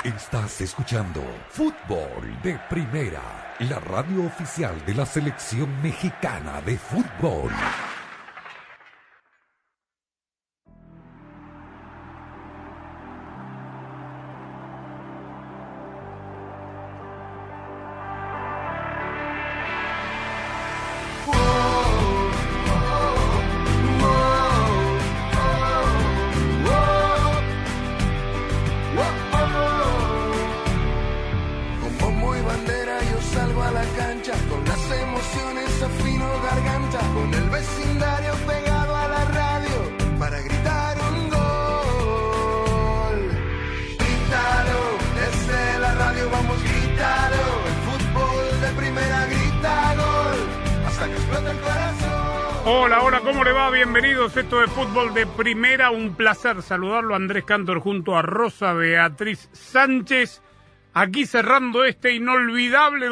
Estás escuchando Fútbol de Primera, la radio oficial de la Selección Mexicana de Fútbol. Esto de Fútbol de Primera, un placer saludarlo, Andrés Cantor junto a Rosa Beatriz Sánchez, aquí cerrando este inolvidable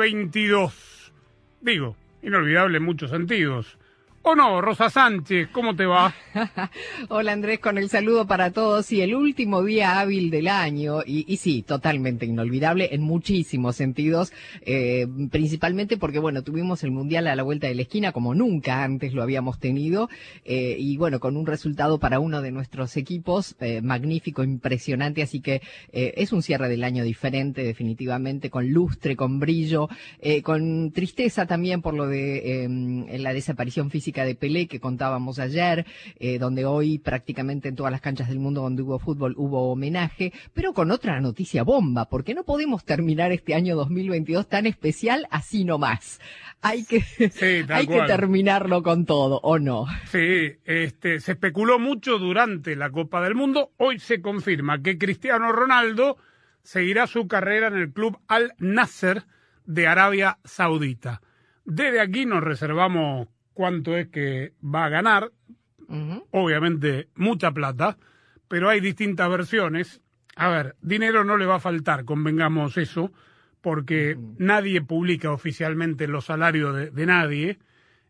2022. Digo, inolvidable en muchos sentidos. ¿O no, Rosa Sánchez? ¿Cómo te va? Hola Andrés, con el saludo para todos y el último día hábil del año y sí, totalmente inolvidable en muchísimos sentidos, principalmente porque bueno, tuvimos el Mundial a la vuelta de la esquina como nunca antes lo habíamos tenido y bueno, con un resultado para uno de nuestros equipos magnífico, impresionante, así que es un cierre del año diferente definitivamente, con lustre, con brillo, con tristeza también por lo de la desaparición física de Pelé que contábamos ayer, donde hoy prácticamente en todas las canchas del mundo donde hubo fútbol hubo homenaje, pero con otra noticia bomba, porque no podemos terminar este año 2022 tan especial así nomás. Hay que terminarlo con todo, ¿o no? Sí, se especuló mucho durante la Copa del Mundo. Hoy se confirma que Cristiano Ronaldo seguirá su carrera en el club Al Nasser de Arabia Saudita. Desde aquí nos reservamos cuánto es que va a ganar, obviamente mucha plata, pero hay distintas versiones. A ver, dinero no le va a faltar, convengamos eso, porque nadie publica oficialmente los salarios de nadie,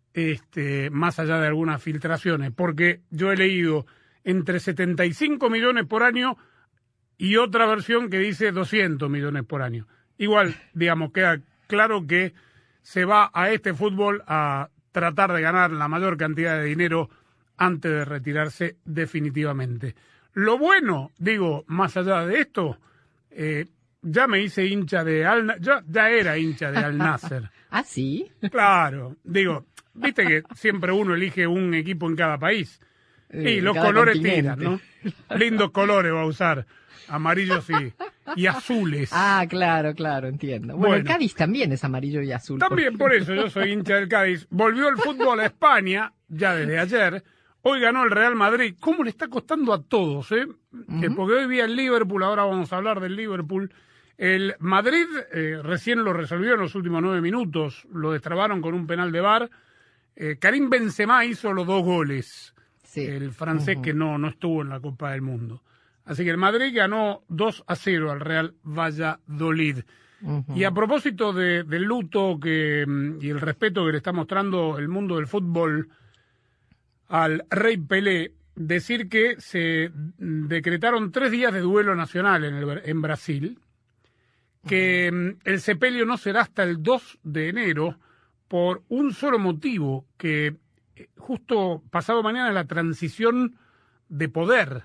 más allá de algunas filtraciones, porque yo he leído entre 75 millones por año y otra versión que dice 200 millones por año. Igual, digamos, queda claro que se va a este fútbol a tratar de ganar la mayor cantidad de dinero antes de retirarse definitivamente. Lo bueno, digo, más allá de esto, ya me hice hincha de ya era hincha de Al Nasser. ¿Ah, sí? Claro, digo, viste que siempre uno elige un equipo en cada país. Y los colores tiran, ¿no? Lindos colores va a usar, amarillos y azules. Ah, claro, entiendo. Bueno, el Cádiz también es amarillo y azul. También por eso yo soy hincha del Cádiz. Volvió el fútbol a España, ya desde ayer. Hoy ganó el Real Madrid. ¿Cómo le está costando a todos, porque hoy vi el Liverpool, ahora vamos a hablar del Liverpool. El Madrid recién lo resolvió en los últimos 9 minutos. Lo destrabaron con un penal de VAR. Karim Benzema hizo los 2 goles. Sí. El francés que no estuvo en la Copa del Mundo. Así que el Madrid ganó 2-0 al Real Valladolid. Y a propósito del luto y el respeto que le está mostrando el mundo del fútbol al Rey Pelé, decir que se decretaron 3 días de duelo nacional en Brasil, que el sepelio no será hasta el 2 de enero por un solo motivo, que justo pasado mañana es la transición de poder.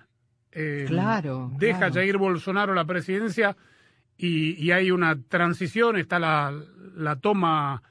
Deja Jair Bolsonaro la presidencia y hay una transición, está la toma,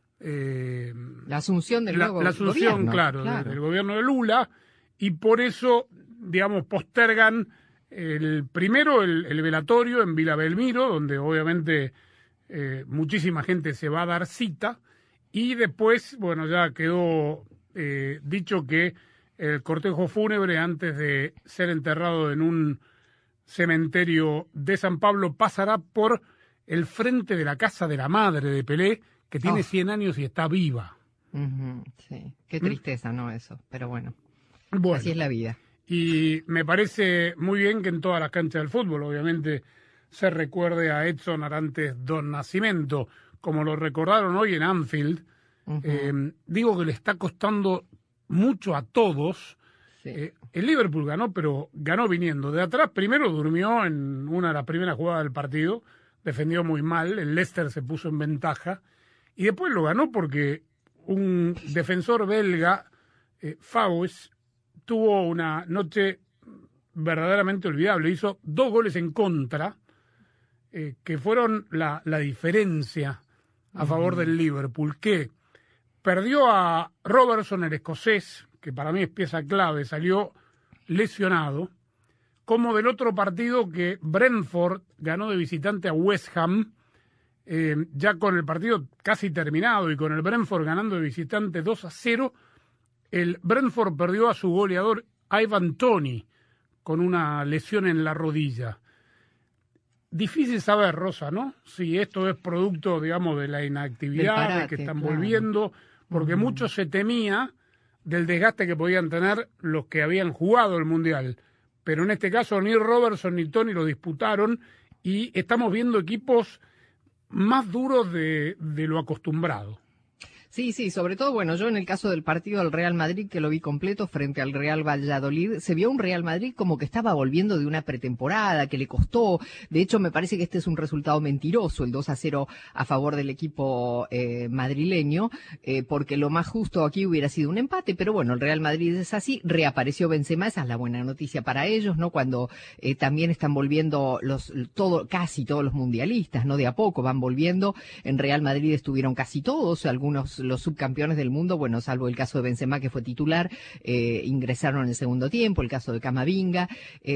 la asunción del nuevo gobierno, claro. Del gobierno de Lula, y por eso, digamos, postergan primero el velatorio en Vila Belmiro, donde obviamente muchísima gente se va a dar cita, y después, bueno, ya quedó dicho que el cortejo fúnebre, antes de ser enterrado en un cementerio de San Pablo, pasará por el frente de la casa de la madre de Pelé, que tiene 100 años y está viva. Sí, qué tristeza, ¿no? Eso, pero bueno, así es la vida. Y me parece muy bien que en todas las canchas del fútbol, obviamente, se recuerde a Edson Arantes do Nascimento, como lo recordaron hoy en Anfield. Digo que le está costando mucho a todos, el Liverpool ganó, pero ganó viniendo de atrás. Primero durmió en una de las primeras jugadas del partido, defendió muy mal, el Leicester se puso en ventaja, y después lo ganó porque un defensor belga, Faues, tuvo una noche verdaderamente olvidable. Hizo 2 goles en contra, que fueron la diferencia a favor del Liverpool, que perdió a Robertson, el escocés, que para mí es pieza clave, salió lesionado, como del otro partido que Brentford ganó de visitante a West Ham, ya con el partido casi terminado y con el Brentford ganando de visitante 2-0, el Brentford perdió a su goleador Ivan Toney con una lesión en la rodilla. Difícil saber, Rosa, ¿no? Si esto es producto, digamos, de la inactividad, parate, de que están volviendo, porque mucho se temía del desgaste que podían tener los que habían jugado el Mundial. Pero en este caso ni Robertson ni Toney lo disputaron y estamos viendo equipos más duros de lo acostumbrado. Sí, sobre todo, bueno, yo en el caso del partido del Real Madrid, que lo vi completo frente al Real Valladolid, se vio un Real Madrid como que estaba volviendo de una pretemporada, que le costó. De hecho, me parece que este es un resultado mentiroso, el 2-0 a favor del equipo madrileño, porque lo más justo aquí hubiera sido un empate, pero bueno, el Real Madrid es así, reapareció Benzema, esa es la buena noticia para ellos, ¿no? Cuando también están volviendo casi todos los mundialistas, ¿no? De a poco van volviendo. En Real Madrid estuvieron casi todos, algunos los subcampeones del mundo, bueno, salvo el caso de Benzema, que fue titular, ingresaron en el segundo tiempo, el caso de Camavinga,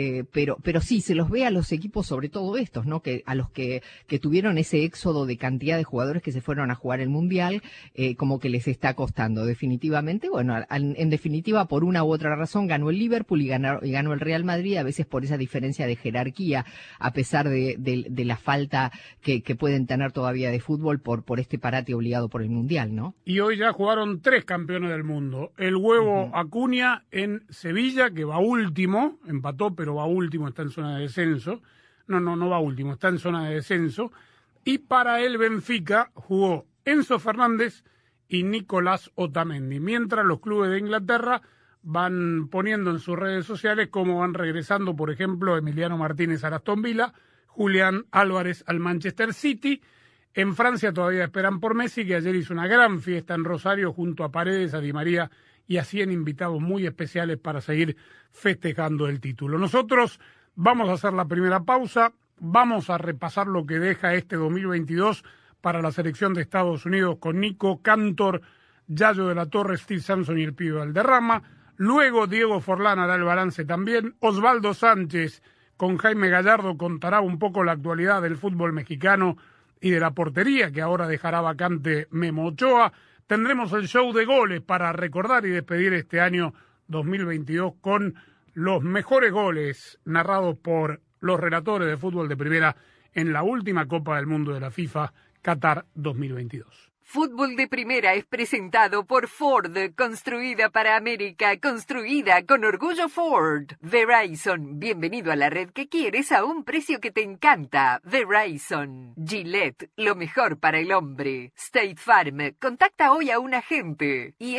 pero sí, se los ve a los equipos, sobre todo estos, ¿no? Que a los que tuvieron ese éxodo de cantidad de jugadores que se fueron a jugar el Mundial, como que les está costando, definitivamente. Bueno, en definitiva, por una u otra razón, ganó el Liverpool y ganó el Real Madrid, a veces por esa diferencia de jerarquía, a pesar de la falta que pueden tener todavía de fútbol por este parate obligado por el Mundial, ¿no? Y hoy ya jugaron 3 campeones del mundo. El Huevo Acuña en Sevilla, que va último, empató, pero va último, está en zona de descenso. No va último, está en zona de descenso. Y para el Benfica jugó Enzo Fernández y Nicolás Otamendi. Mientras los clubes de Inglaterra van poniendo en sus redes sociales cómo van regresando, por ejemplo, Emiliano Martínez al Aston Villa, Julián Álvarez al Manchester City. En Francia todavía esperan por Messi, que ayer hizo una gran fiesta en Rosario junto a Paredes, a Di María y a 100 invitados muy especiales para seguir festejando el título. Nosotros vamos a hacer la primera pausa, vamos a repasar lo que deja este 2022 para la selección de Estados Unidos con Nico Cantor, Yayo de la Torre, Steve Sampson y el Pibe Valderrama. Luego Diego Forlán hará el balance también. Osvaldo Sánchez con Jaime Gallardo contará un poco la actualidad del fútbol mexicano y de la portería, que ahora dejará vacante Memo Ochoa. Tendremos el show de goles para recordar y despedir este año 2022 con los mejores goles narrados por los relatores de fútbol de primera en la última Copa del Mundo de la FIFA, Qatar 2022. Fútbol de Primera es presentado por Ford, construida para América, construida con orgullo Ford. Verizon, bienvenido a la red que quieres a un precio que te encanta. Verizon. Gillette, lo mejor para el hombre. State Farm, contacta hoy a un agente. Y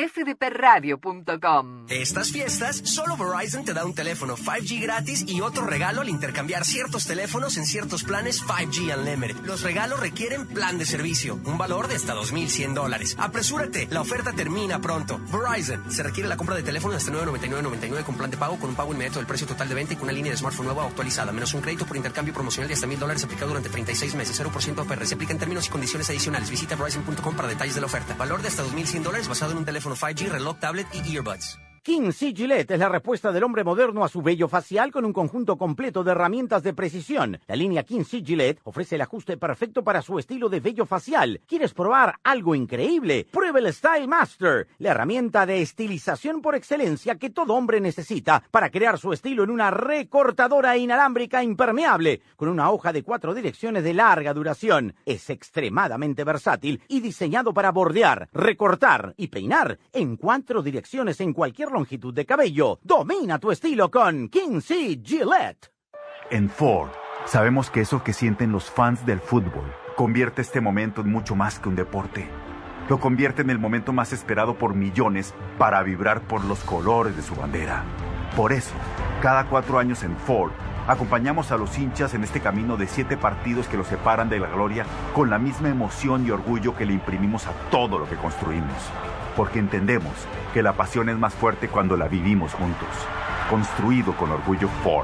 fdpradio.com. Estas fiestas, solo Verizon te da un teléfono 5G gratis y otro regalo al intercambiar ciertos teléfonos en ciertos planes 5G Unlimited. Los regalos requieren plan de servicio, un valor de hasta $2,100. Apresúrate, la oferta termina pronto. Verizon, se requiere la compra de teléfono hasta $999.99 con plan de pago, con un pago inmediato del precio total de venta y con una línea de smartphone nueva o actualizada, menos un crédito por intercambio promocional de hasta $1,000 aplicado durante 36 meses, 0% APR. Se aplica en términos y condiciones adicionales. Visita Verizon.com para detalles de la oferta. Valor de hasta $2,100 basado en un teléfono 5G, reloj, tablet y earbuds. King C. Gillette es la respuesta del hombre moderno a su vello facial con un conjunto completo de herramientas de precisión. La línea King C. Gillette ofrece el ajuste perfecto para su estilo de vello facial. ¿Quieres probar algo increíble? Prueba el Style Master, la herramienta de estilización por excelencia que todo hombre necesita para crear su estilo en una recortadora inalámbrica impermeable con una hoja de 4 direcciones de larga duración. Es extremadamente versátil y diseñado para bordear, recortar y peinar en 4 direcciones en cualquier longitud de cabello. Domina tu estilo con King C. Gillette. En Ford, sabemos que eso que sienten los fans del fútbol convierte este momento en mucho más que un deporte. Lo convierte en el momento más esperado por millones para vibrar por los colores de su bandera. Por eso, cada 4 años en Ford, acompañamos a los hinchas en este camino de 7 partidos que los separan de la gloria con la misma emoción y orgullo que le imprimimos a todo lo que construimos. Porque entendemos que la pasión es más fuerte cuando la vivimos juntos. Construido con orgullo Ford.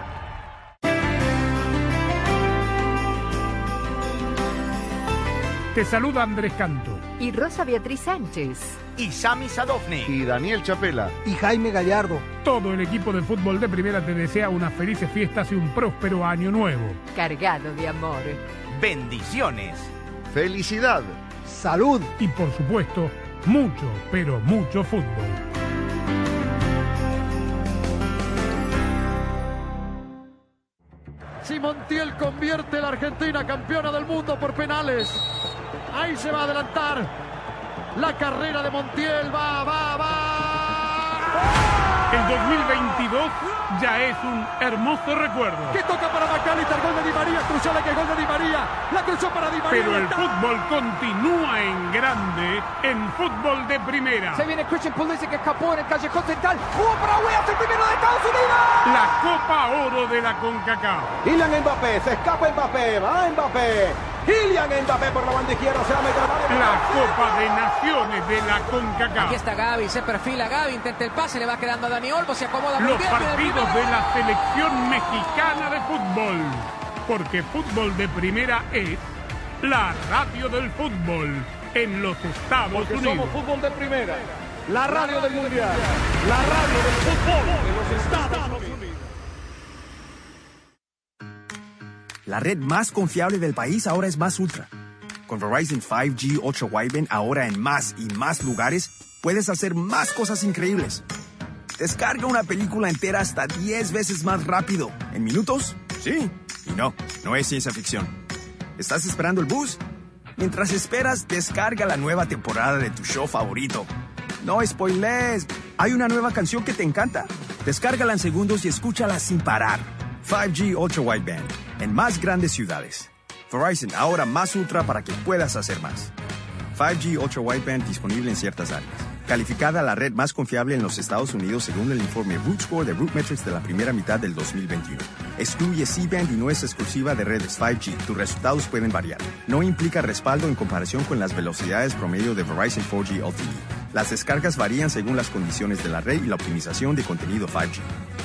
Te saluda Andrés Canto. Y Rosa Beatriz Sánchez. Y Sami Sadovnik. Y Daniel Chapela. Y Jaime Gallardo. Todo el equipo de fútbol de primera te desea unas felices fiestas y un próspero año nuevo. Cargado de amor. Bendiciones. Felicidad. Salud. Y por supuesto, mucho, pero mucho fútbol. Si Montiel convierte a la Argentina campeona del mundo por penales. Ahí se va a adelantar. La carrera de Montiel va. El 2022 ya es un hermoso recuerdo. Que toca para McAllister, gol de Di María, cruzó la que gol de Di María, la cruzó para Di María. Pero el fútbol continúa en grande en fútbol de primera. Se viene Christian Pulisic que escapó en el callejón central. ¡Jugó para Williams, el primero de Estados Unidos! La Copa Oro de la CONCACAF. Kylian Mbappé, se escapa Mbappé, va Mbappé. Kylian Mbappé por la banda izquierda, se va a meter la Copa de Naciones de la CONCACAF. Aquí está Gavi, se perfila Gavi, intenta el pase, le va quedando a Dani Olmo, se acomoda muy bien. Los partidos de la selección mexicana de fútbol. Porque fútbol de primera es la radio del fútbol en los Estados Unidos. Somos fútbol de primera, la radio del mundial, la radio del fútbol de los Estados Unidos. La red más confiable del país ahora es Más Ultra. Con Verizon 5G Ultra Wideband ahora en más y más lugares, puedes hacer más cosas increíbles. Descarga una película entera hasta 10 veces más rápido. ¿En minutos? Sí. Y no es ciencia ficción. ¿Estás esperando el bus? Mientras esperas, descarga la nueva temporada de tu show favorito. No spoilees. ¿Hay una nueva canción que te encanta? Descárgala en segundos y escúchala sin parar. 5G Ultra Wideband. En más grandes ciudades. Verizon, ahora Más Ultra para que puedas hacer más. 5G Ultra Wideband disponible en ciertas áreas. Calificada la red más confiable en los Estados Unidos según el informe Root Score de RootMetrics de la primera mitad del 2021. Excluye C-Band y no es exclusiva de redes 5G. Tus resultados pueden variar. No implica respaldo en comparación con las velocidades promedio de Verizon 4G LTE. Las descargas varían según las condiciones de la red y la optimización de contenido 5G.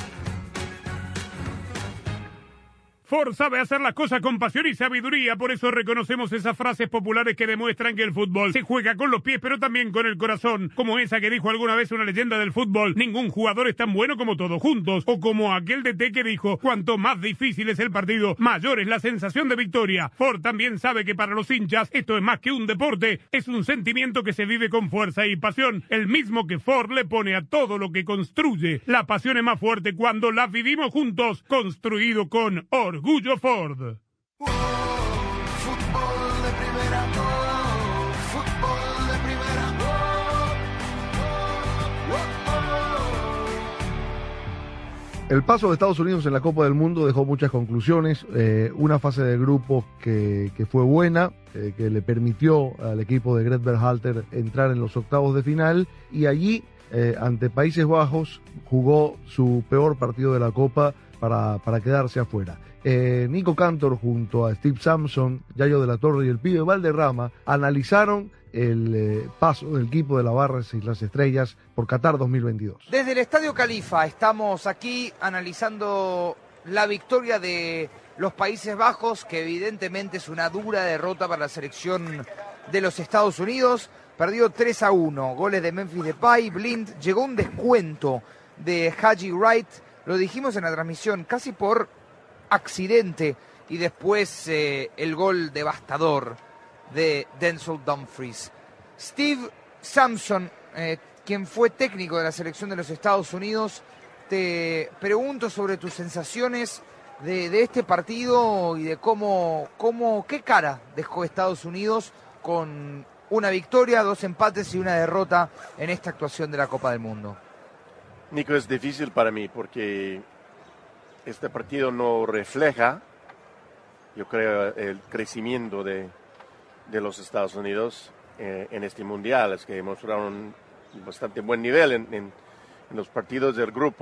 Ford sabe hacer las cosas con pasión y sabiduría, por eso reconocemos esas frases populares que demuestran que el fútbol se juega con los pies, pero también con el corazón, como esa que dijo alguna vez una leyenda del fútbol: ningún jugador es tan bueno como todos juntos, o como aquel DT que dijo: cuanto más difícil es el partido, mayor es la sensación de victoria. Ford también sabe que para los hinchas esto es más que un deporte, es un sentimiento que se vive con fuerza y pasión, el mismo que Ford le pone a todo lo que construye. La pasión es más fuerte cuando la vivimos juntos, construido con orgullo Ford. Fútbol de primera, fútbol de primera. El paso de Estados Unidos en la Copa del Mundo dejó muchas conclusiones. Una fase de grupos que fue buena, que le permitió al equipo de Gerd Berhalter entrar en los octavos de final, y allí, ante Países Bajos, jugó su peor partido de la Copa para quedarse afuera. Nico Cantor junto a Steve Sampson, Yayo de la Torre y el pibe Valderrama analizaron el paso del equipo de la Barras y las Estrellas por Qatar 2022. Desde el Estadio Califa estamos aquí analizando la victoria de los Países Bajos, que evidentemente es una dura derrota para la selección de los Estados Unidos. Perdió 3-1, goles de Memphis Depay, Blind, llegó un descuento de Haji Wright, lo dijimos en la transmisión, casi por accidente, y después el gol devastador de Denzel Dumfries. Steve Sampson, quien fue técnico de la selección de los Estados Unidos, te pregunto sobre tus sensaciones de este partido y de qué cara dejó Estados Unidos con una victoria, 2 empates y una derrota en esta actuación de la Copa del Mundo. Nico, es difícil para mí porque este partido no refleja, yo creo, el crecimiento de los Estados Unidos en este mundial. Es que mostraron bastante buen nivel en los partidos del grupo.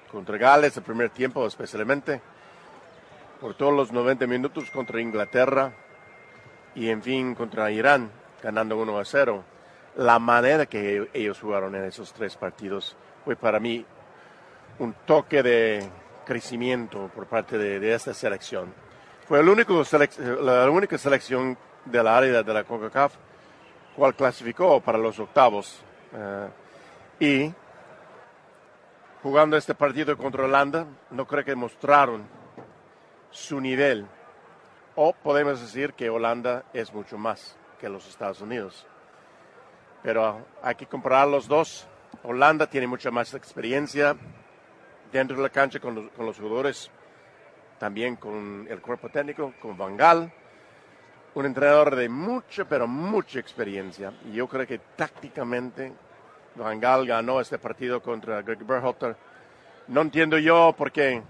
contra Gales, el primer tiempo especialmente, por todos los 90 minutos contra Inglaterra y en fin contra Irán, ganando 1-0. La manera que ellos jugaron en esos 3 partidos fue para mí un toque de crecimiento por parte de esta selección. Fue la única selección de la área de la CONCACAF cual clasificó para los octavos. Y jugando este partido contra Holanda, no creo que mostraron su nivel. O podemos decir que Holanda es mucho más que los Estados Unidos. Pero hay que comparar los dos. Holanda tiene mucha más experiencia dentro de la cancha con los jugadores, también con el cuerpo técnico, con Van Gaal, un entrenador de mucha, pero mucha experiencia. Y yo creo que tácticamente Van Gaal ganó este partido contra Greg Berhalter. No entiendo yo por qué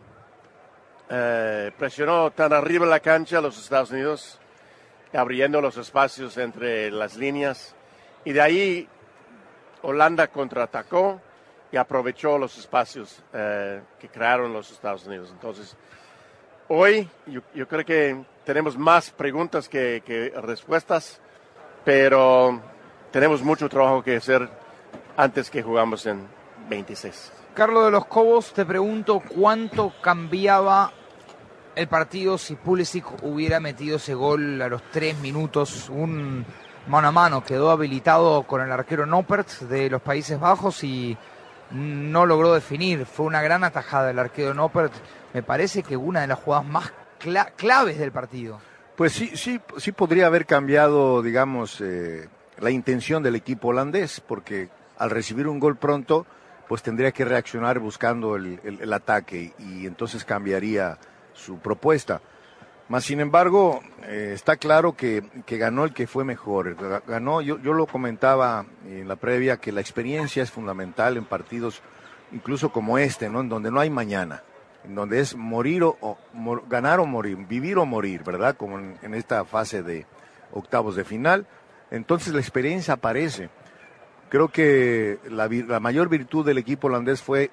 presionó tan arriba la cancha a los Estados Unidos, abriendo los espacios entre las líneas. Y de ahí Holanda contraatacó y aprovechó los espacios que crearon los Estados Unidos. Entonces, hoy yo creo que tenemos más preguntas que respuestas, pero tenemos mucho trabajo que hacer antes que jugamos en 26. Carlos de los Cobos, te pregunto cuánto cambiaba el partido si Pulisic hubiera metido ese gol a los 3 minutos, un mano a mano, quedó habilitado con el arquero Noppert de los Países Bajos y no logró definir. Fue una gran atajada del arquero Noppert, me parece que una de las jugadas más claves del partido. Pues sí podría haber cambiado, digamos, la intención del equipo holandés, porque al recibir un gol pronto, pues tendría que reaccionar buscando el ataque y entonces cambiaría su propuesta. Mas, sin embargo, está claro que ganó el que fue mejor. Ganó, yo lo comentaba en la previa, que la experiencia es fundamental en partidos incluso como este, ¿no? En donde no hay mañana, en donde es morir ganar o morir, vivir o morir, ¿verdad? Como en esta fase de octavos de final. Entonces la experiencia aparece. Creo que la mayor virtud del equipo holandés fue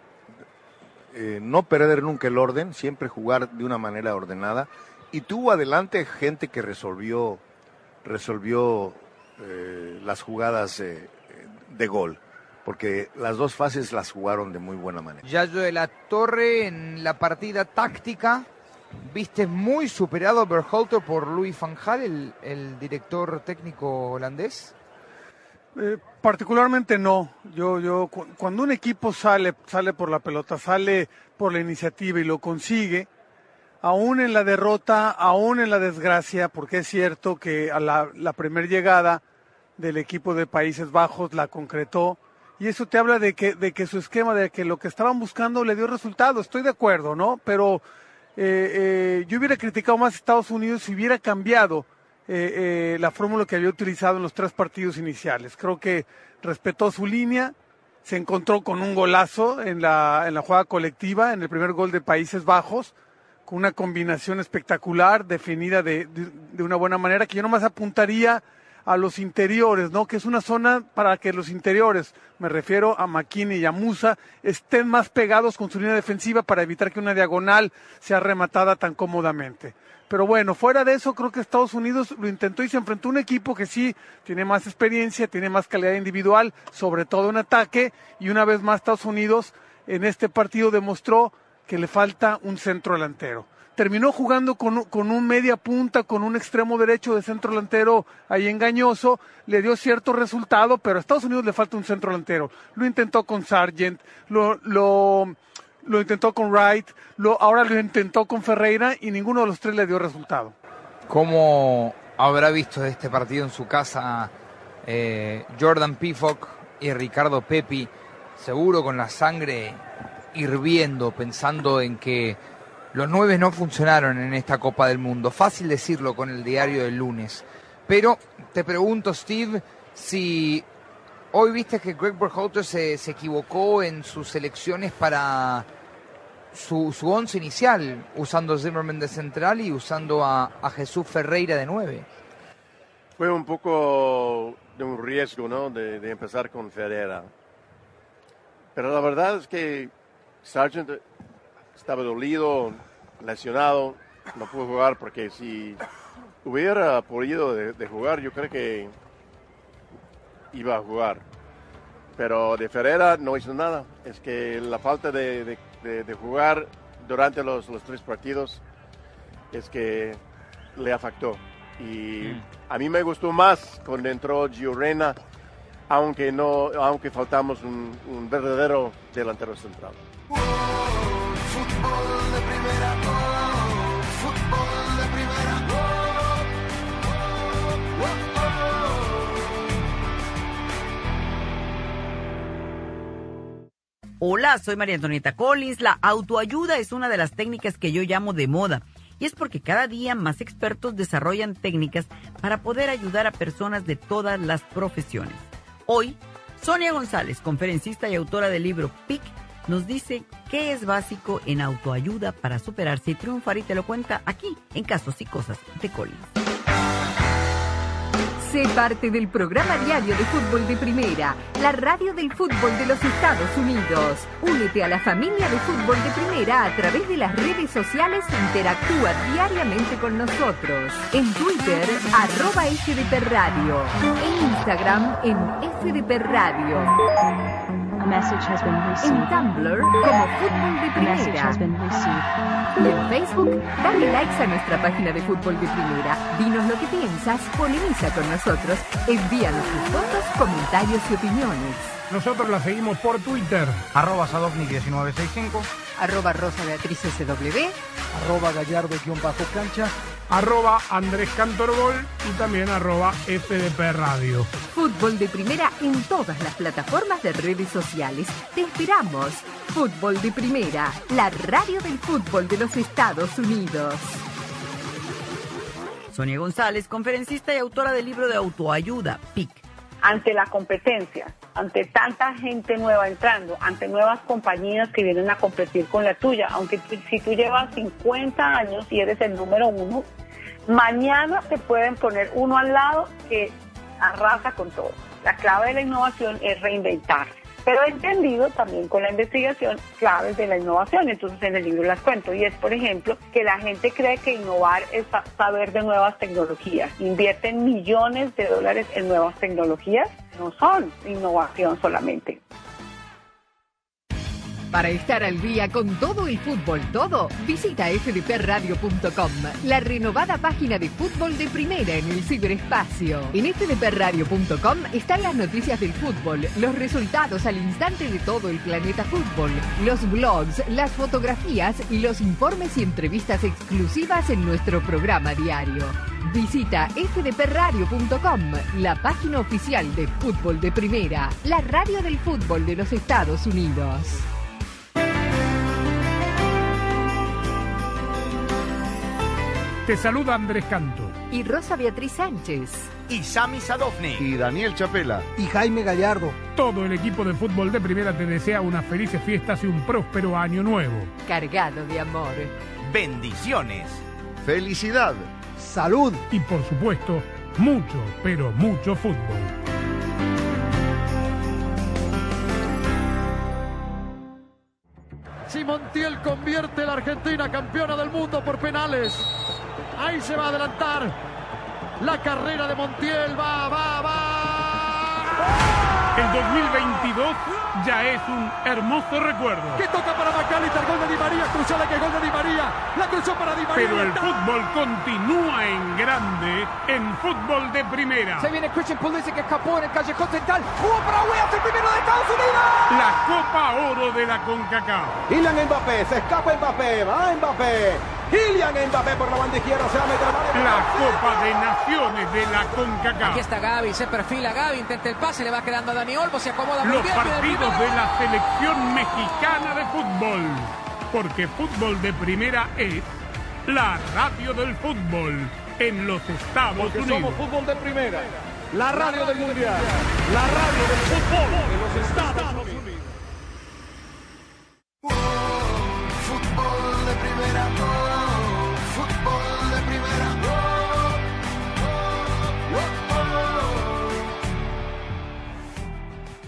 no perder nunca el orden, siempre jugar de una manera ordenada. Y tuvo adelante gente que resolvió las jugadas de gol, porque las dos fases las jugaron de muy buena manera. Yayo de la Torre, en la partida táctica, ¿viste muy superado a Berhalter por Louis van Gaal, el director técnico holandés? Particularmente no. Yo cuando un equipo sale por la pelota, sale por la iniciativa y lo consigue, aún en la derrota, aún en la desgracia, porque es cierto que a la primer llegada del equipo de Países Bajos la concretó, y eso te habla de que su esquema, de que lo que estaban buscando le dio resultado. Estoy de acuerdo, ¿no? Pero yo hubiera criticado más a Estados Unidos si hubiera cambiado la fórmula que había utilizado en los 3 partidos iniciales. Creo que respetó su línea, se encontró con un golazo en la jugada colectiva, en el primer gol de Países Bajos, con una combinación espectacular, definida de una buena manera, que yo nomás apuntaría a los interiores, ¿no? Que es una zona para que los interiores, me refiero a McKinney y a Musa, estén más pegados con su línea defensiva para evitar que una diagonal sea rematada tan cómodamente. Pero bueno, fuera de eso, creo que Estados Unidos lo intentó y se enfrentó a un equipo que sí tiene más experiencia, tiene más calidad individual, sobre todo en ataque, y una vez más Estados Unidos en este partido demostró que le falta un centro delantero. Terminó jugando con un media punta, con un extremo derecho de centro delantero ahí engañoso, le dio cierto resultado, pero a Estados Unidos le falta un centro delantero. Lo intentó con Sargent, lo intentó con Wright, ahora lo intentó con Ferreira y ninguno de los 3 le dio resultado. ¿Cómo habrá visto este partido en su casa Jordan Pifok y Ricardo Pepi? Seguro con la sangre hirviendo, pensando en que los 9 no funcionaron en esta Copa del Mundo. Fácil decirlo con el diario del lunes. Pero te pregunto, Steve, si hoy viste que Greg Berhalter se equivocó en sus selecciones para su once inicial, usando a Zimmerman de central y usando a Jesús Ferreira de 9. Fue un poco de un riesgo, ¿no? De empezar con Ferreira. Pero la verdad es que Sargent estaba dolido, lesionado, no pude jugar porque si hubiera podido de jugar, yo creo que iba a jugar. Pero de Ferreira no hizo nada. Es que la falta de jugar durante los 3 partidos es que le afectó. Y a mí me gustó más cuando entró Gio Reyna, aunque faltamos un verdadero delantero central. Fútbol de primera, fútbol de primera. Hola, soy María Antonieta Collins. La autoayuda es una de las técnicas que yo llamo de moda. Y es porque cada día más expertos desarrollan técnicas para poder ayudar a personas de todas las profesiones. Hoy, Sonia González, conferencista y autora del libro PIC, nos dice qué es básico en autoayuda para superarse y triunfar, y te lo cuenta aquí, en Casos y Cosas de Collins. Sé parte del programa diario de fútbol de primera, la radio del fútbol de los Estados Unidos. Únete a la familia de fútbol de primera a través de las redes sociales e interactúa diariamente con nosotros. En Twitter, @FDP Radio. En Instagram, en FDP Radio. En Tumblr, como Fútbol de Primera. Y en Facebook, dale likes a nuestra página de Fútbol de Primera. Dinos lo que piensas, polemiza con nosotros, envíanos tus fotos, comentarios y opiniones. Nosotros la seguimos por Twitter. @Sadovnik1965. @RosaBeatrizSW. @Gallardo_cancha. @Andrés Cantorbol y también @FDP Radio. Fútbol de Primera en todas las plataformas de redes sociales. Te esperamos. Fútbol de Primera, la radio del fútbol de los Estados Unidos. Sonia González, conferencista y autora del libro de autoayuda, PIC. Ante la competencia, ante tanta gente nueva entrando, ante nuevas compañías que vienen a competir con la tuya, aunque si tú llevas 50 años y eres el número 1, mañana te pueden poner uno al lado que arrasa con todo. La clave de la innovación es reinventarse. Pero he entendido también con la investigación claves de la innovación, entonces en el libro las cuento, y es, por ejemplo, que la gente cree que innovar es saber de nuevas tecnologías. Invierten millones de dólares en nuevas tecnologías, no son innovación solamente. Para estar al día con todo el fútbol, visita fdpradio.com, la renovada página de fútbol de primera en el ciberespacio. En fdpradio.com están las noticias del fútbol, los resultados al instante de todo el planeta fútbol, los blogs, las fotografías y los informes y entrevistas exclusivas en nuestro programa diario. Visita fdpradio.com, la página oficial de fútbol de primera, la radio del fútbol de los Estados Unidos. Te saluda Andrés Canto. Y Rosa Beatriz Sánchez. Y Sami Sadovnik. Y Daniel Chapela. Y Jaime Gallardo. Todo el equipo de fútbol de primera te desea unas felices fiestas y un próspero año nuevo. Cargado de amor. Bendiciones. Felicidad. Salud. Y por supuesto, mucho, pero mucho fútbol. Si Montiel convierte a la Argentina campeona del mundo por penales. Ahí se va a adelantar. La carrera de Montiel va. El 2022 ya es un hermoso recuerdo. Que toca para McAllister, gol de Di María, cruzó la que gol de Di María. La cruzó para Di María. Pero el fútbol continúa en grande en fútbol de primera. Se viene Christian Pulisic que escapó en el callejón central. ¡Jugó para Weah, el primero de Estados Unidos! La Copa Oro de la CONCACAF. Kylian Mbappé, se escapa Mbappé, va Mbappé. Kylian Mbappé por la banda izquierda, se va a meter la Copa de Naciones de la CONCACAF. Aquí está Gavi, se perfila Gavi, intenta el pase, le va quedando a Dani Olmo, se acomoda muy los bien. Los partidos de la selección mexicana de fútbol, porque fútbol de primera es la radio del fútbol en los Estados Unidos. Somos fútbol de primera, la radio del mundial, la radio del fútbol en los Estados Unidos. Fútbol de primera. Fútbol de primera.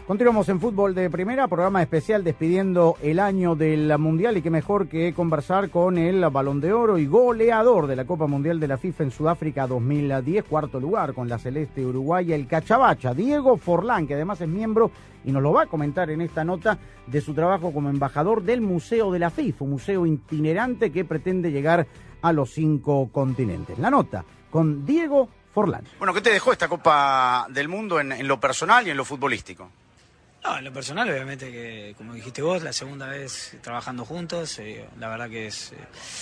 Continuamos en Fútbol de Primera, programa especial despidiendo el año del Mundial, y qué mejor que conversar con el Balón de Oro y goleador de la Copa Mundial de la FIFA en Sudáfrica 2010, cuarto lugar con la celeste uruguaya, el cachabacha, Diego Forlán, que además es miembro y nos lo va a comentar en esta nota de su trabajo como embajador del Museo de la FIFA, un museo itinerante que pretende llegar a los 5 continentes. La nota con Diego Forlán. Bueno, ¿qué te dejó esta Copa del Mundo en lo personal y en lo futbolístico? No, en lo personal, obviamente, que como dijiste vos, la segunda vez trabajando juntos, la verdad que es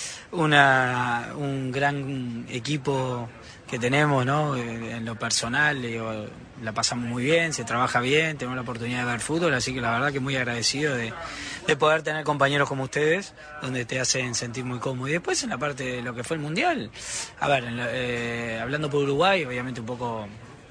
un gran equipo que tenemos, ¿no? En lo personal, la pasamos muy bien, se trabaja bien, tenemos la oportunidad de ver fútbol, así que la verdad que muy agradecido de poder tener compañeros como ustedes, donde te hacen sentir muy cómodo. Y después en la parte de lo que fue el Mundial, a ver, hablando por Uruguay, obviamente un poco...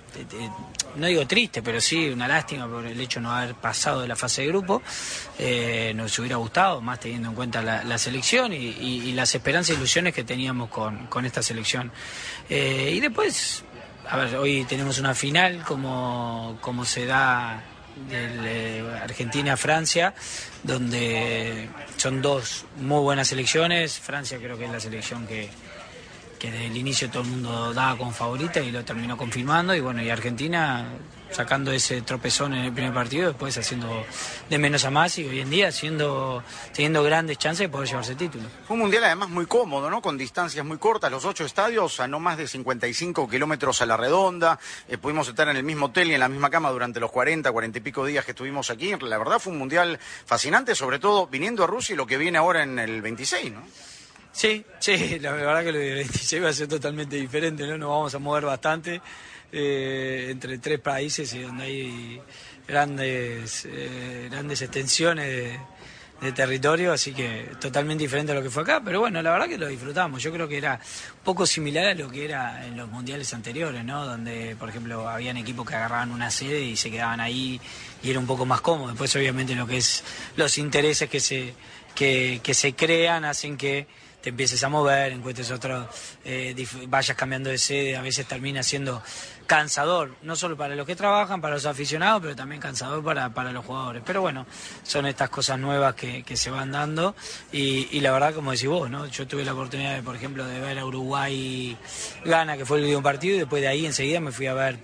no digo triste, pero sí una lástima por el hecho de no haber pasado de la fase de grupo. Nos hubiera gustado, más teniendo en cuenta la selección y las esperanzas e ilusiones que teníamos con esta selección. Y después, a ver, hoy tenemos una final como se da de Argentina-Francia, donde son dos muy buenas selecciones. Francia creo que es la selección que desde el inicio todo el mundo daba como favorita y lo terminó confirmando, y bueno, y Argentina sacando ese tropezón en el primer partido, después haciendo de menos a más, y hoy en día teniendo grandes chances de poder llevarse el título. Fue un mundial además muy cómodo, ¿no? Con distancias muy cortas, los 8 estadios a no más de 55 kilómetros a la redonda, pudimos estar en el mismo hotel y en la misma cama durante los 40 y pico días que estuvimos aquí. La verdad fue un mundial fascinante, sobre todo viniendo a Rusia y lo que viene ahora en el 26, ¿no? Sí, la verdad que lo de 26 va a ser totalmente diferente, ¿no? Nos vamos a mover bastante entre 3 países y donde hay grandes extensiones de territorio, así que totalmente diferente a lo que fue acá, pero bueno, la verdad que lo disfrutamos. Yo creo que era un poco similar a lo que era en los mundiales anteriores, ¿no? Donde, por ejemplo, habían equipos que agarraban una sede y se quedaban ahí y era un poco más cómodo. Después, obviamente, lo que es los intereses que se crean hacen que te empieces a mover, encuentres otro, vayas cambiando de sede, a veces termina siendo cansador, no solo para los que trabajan, para los aficionados, pero también cansador para los jugadores. Pero bueno, son estas cosas nuevas que se van dando y la verdad, como decís vos, ¿no? Yo tuve la oportunidad, por ejemplo, de ver a Uruguay-Ghana, que fue el último partido, y después de ahí enseguida me fui a ver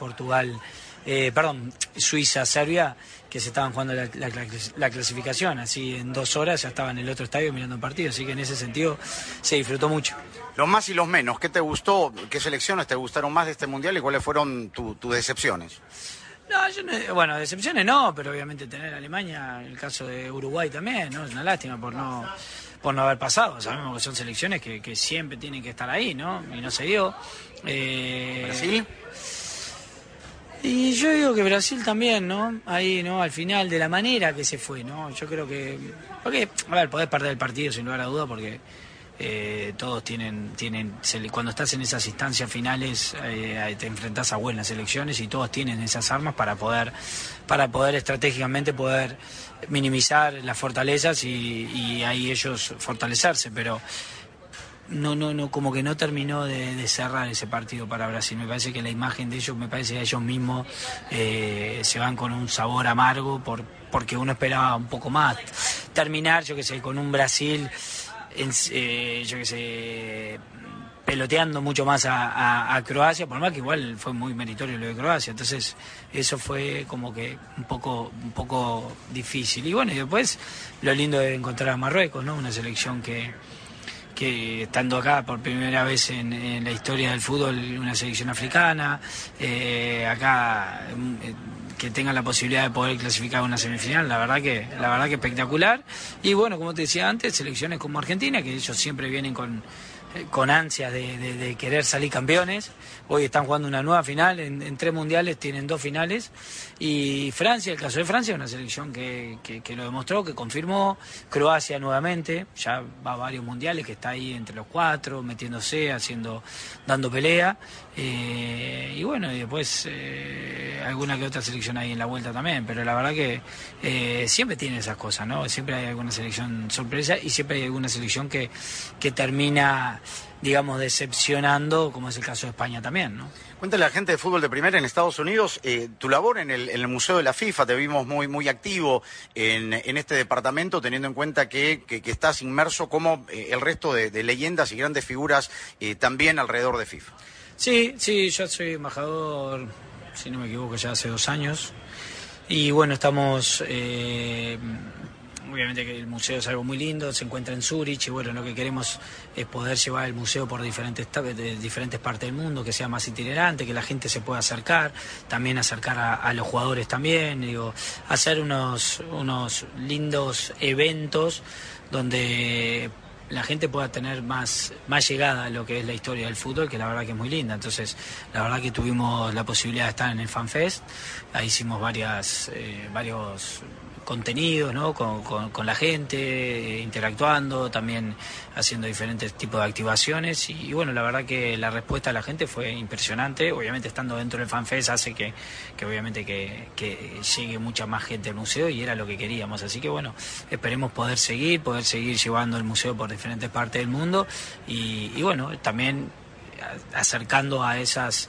Suiza-Serbia, que se estaban jugando la clasificación, así en 2 horas ya estaba en el otro estadio mirando el partido, así que en ese sentido se disfrutó mucho. Los más y los menos, ¿qué te gustó? ¿Qué selecciones te gustaron más de este mundial y cuáles fueron tus decepciones? Bueno, decepciones no, pero obviamente tener a Alemania, el caso de Uruguay también, ¿no? Es una lástima por no haber pasado. Sabemos que son selecciones que siempre tienen que estar ahí, ¿no? Y no se dio. ¿Brasil? Y yo digo que Brasil también, ¿no? Ahí, ¿no? Al final, de la manera que se fue, ¿no? Yo creo que... Porque, a ver, podés perder el partido sin lugar a duda porque todos tienen cuando estás en esas instancias finales te enfrentás a buenas selecciones y todos tienen esas armas para poder estratégicamente poder minimizar las fortalezas y ahí ellos fortalecerse, pero... No, como que no terminó de cerrar ese partido para Brasil. Me parece que la imagen de ellos, me parece que ellos mismos se van con un sabor amargo porque uno esperaba un poco más. Terminar, yo que sé, con un Brasil, peloteando mucho más a Croacia, por más que igual fue muy meritorio lo de Croacia. Entonces, eso fue como que un poco difícil. Y bueno, y después lo lindo de encontrar a Marruecos, ¿no? Una selección que estando acá por primera vez en la historia del fútbol, una selección africana, acá que tengan la posibilidad de poder clasificar a una semifinal, la verdad que espectacular. Y bueno, como te decía antes, selecciones como Argentina, que ellos siempre vienen con ansias de querer salir campeones. Hoy están jugando una nueva final, en 3 mundiales tienen 2 finales. Y Francia, el caso de Francia, es una selección que lo demostró, que confirmó. Croacia nuevamente, ya va a varios mundiales, que está ahí entre los 4, metiéndose, dando pelea. Y bueno, y después alguna que otra selección ahí en la vuelta también, pero la verdad que siempre tiene esas cosas, ¿no? Siempre hay alguna selección sorpresa y siempre hay alguna selección que termina digamos, decepcionando, como es el caso de España también, ¿no? Cuéntale a la gente de fútbol de primera en Estados Unidos, tu labor en el Museo de la FIFA, te vimos muy activo en este departamento, teniendo en cuenta que estás inmerso como el resto de leyendas y grandes figuras también alrededor de FIFA. Sí, yo soy embajador, si no me equivoco, ya hace 2 años. Y bueno, estamos... obviamente que el museo es algo muy lindo, se encuentra en Zurich y bueno, lo que queremos es poder llevar el museo por diferentes partes del mundo, que sea más itinerante, que la gente se pueda acercar, también acercar a los jugadores también, hacer unos lindos eventos donde la gente pueda tener más llegada a lo que es la historia del fútbol, que la verdad que es muy linda. Entonces, la verdad que tuvimos la posibilidad de estar en el FanFest, ahí hicimos varios contenidos, ¿no? con la gente, interactuando, también haciendo diferentes tipos de activaciones y bueno, la verdad que la respuesta de la gente fue impresionante. Obviamente estando dentro del FanFest hace que obviamente que llegue mucha más gente al museo y era lo que queríamos, así que bueno, esperemos poder seguir llevando el museo por diferentes partes del mundo y bueno, también acercando a esas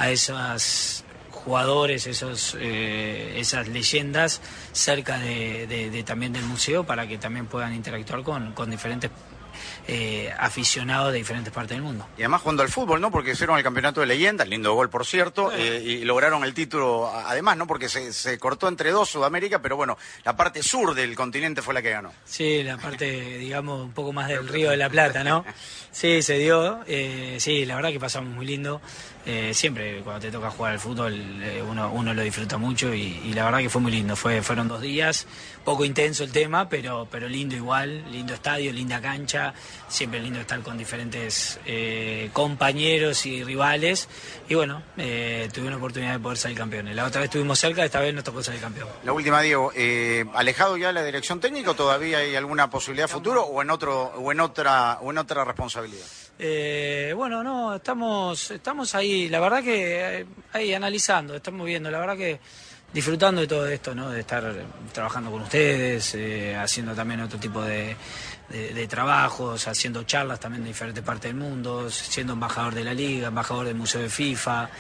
jugadores, esas leyendas cerca de también del museo para que también puedan interactuar con diferentes aficionados de diferentes partes del mundo. Y además jugando al fútbol, ¿no? Porque hicieron el campeonato de leyendas, lindo gol por cierto, y lograron el título además, ¿no? Porque se cortó entre dos Sudamérica, pero bueno, la parte sur del continente fue la que ganó. Sí, la parte, digamos, un poco más del Río de la Plata, ¿no? Sí, se dio, sí, la verdad que pasamos muy lindo. Siempre cuando te toca jugar al fútbol uno lo disfruta mucho y la verdad que fue muy lindo. Fueron 2 días, poco intenso el tema, pero lindo igual, lindo estadio, linda cancha, siempre lindo estar con diferentes compañeros y rivales y bueno, tuve una oportunidad de poder salir campeones. La otra vez estuvimos cerca, esta vez nos tocó salir campeón. La última, Diego, ¿alejado ya de la dirección técnica o todavía hay alguna posibilidad futuro o en otra responsabilidad? Bueno, no, estamos ahí, la verdad que ahí analizando, estamos viendo, la verdad que disfrutando de todo esto, ¿no? De estar trabajando con ustedes, haciendo también otro tipo de trabajos, haciendo charlas también de diferentes partes del mundo, siendo embajador de la Liga, embajador del Museo de FIFA,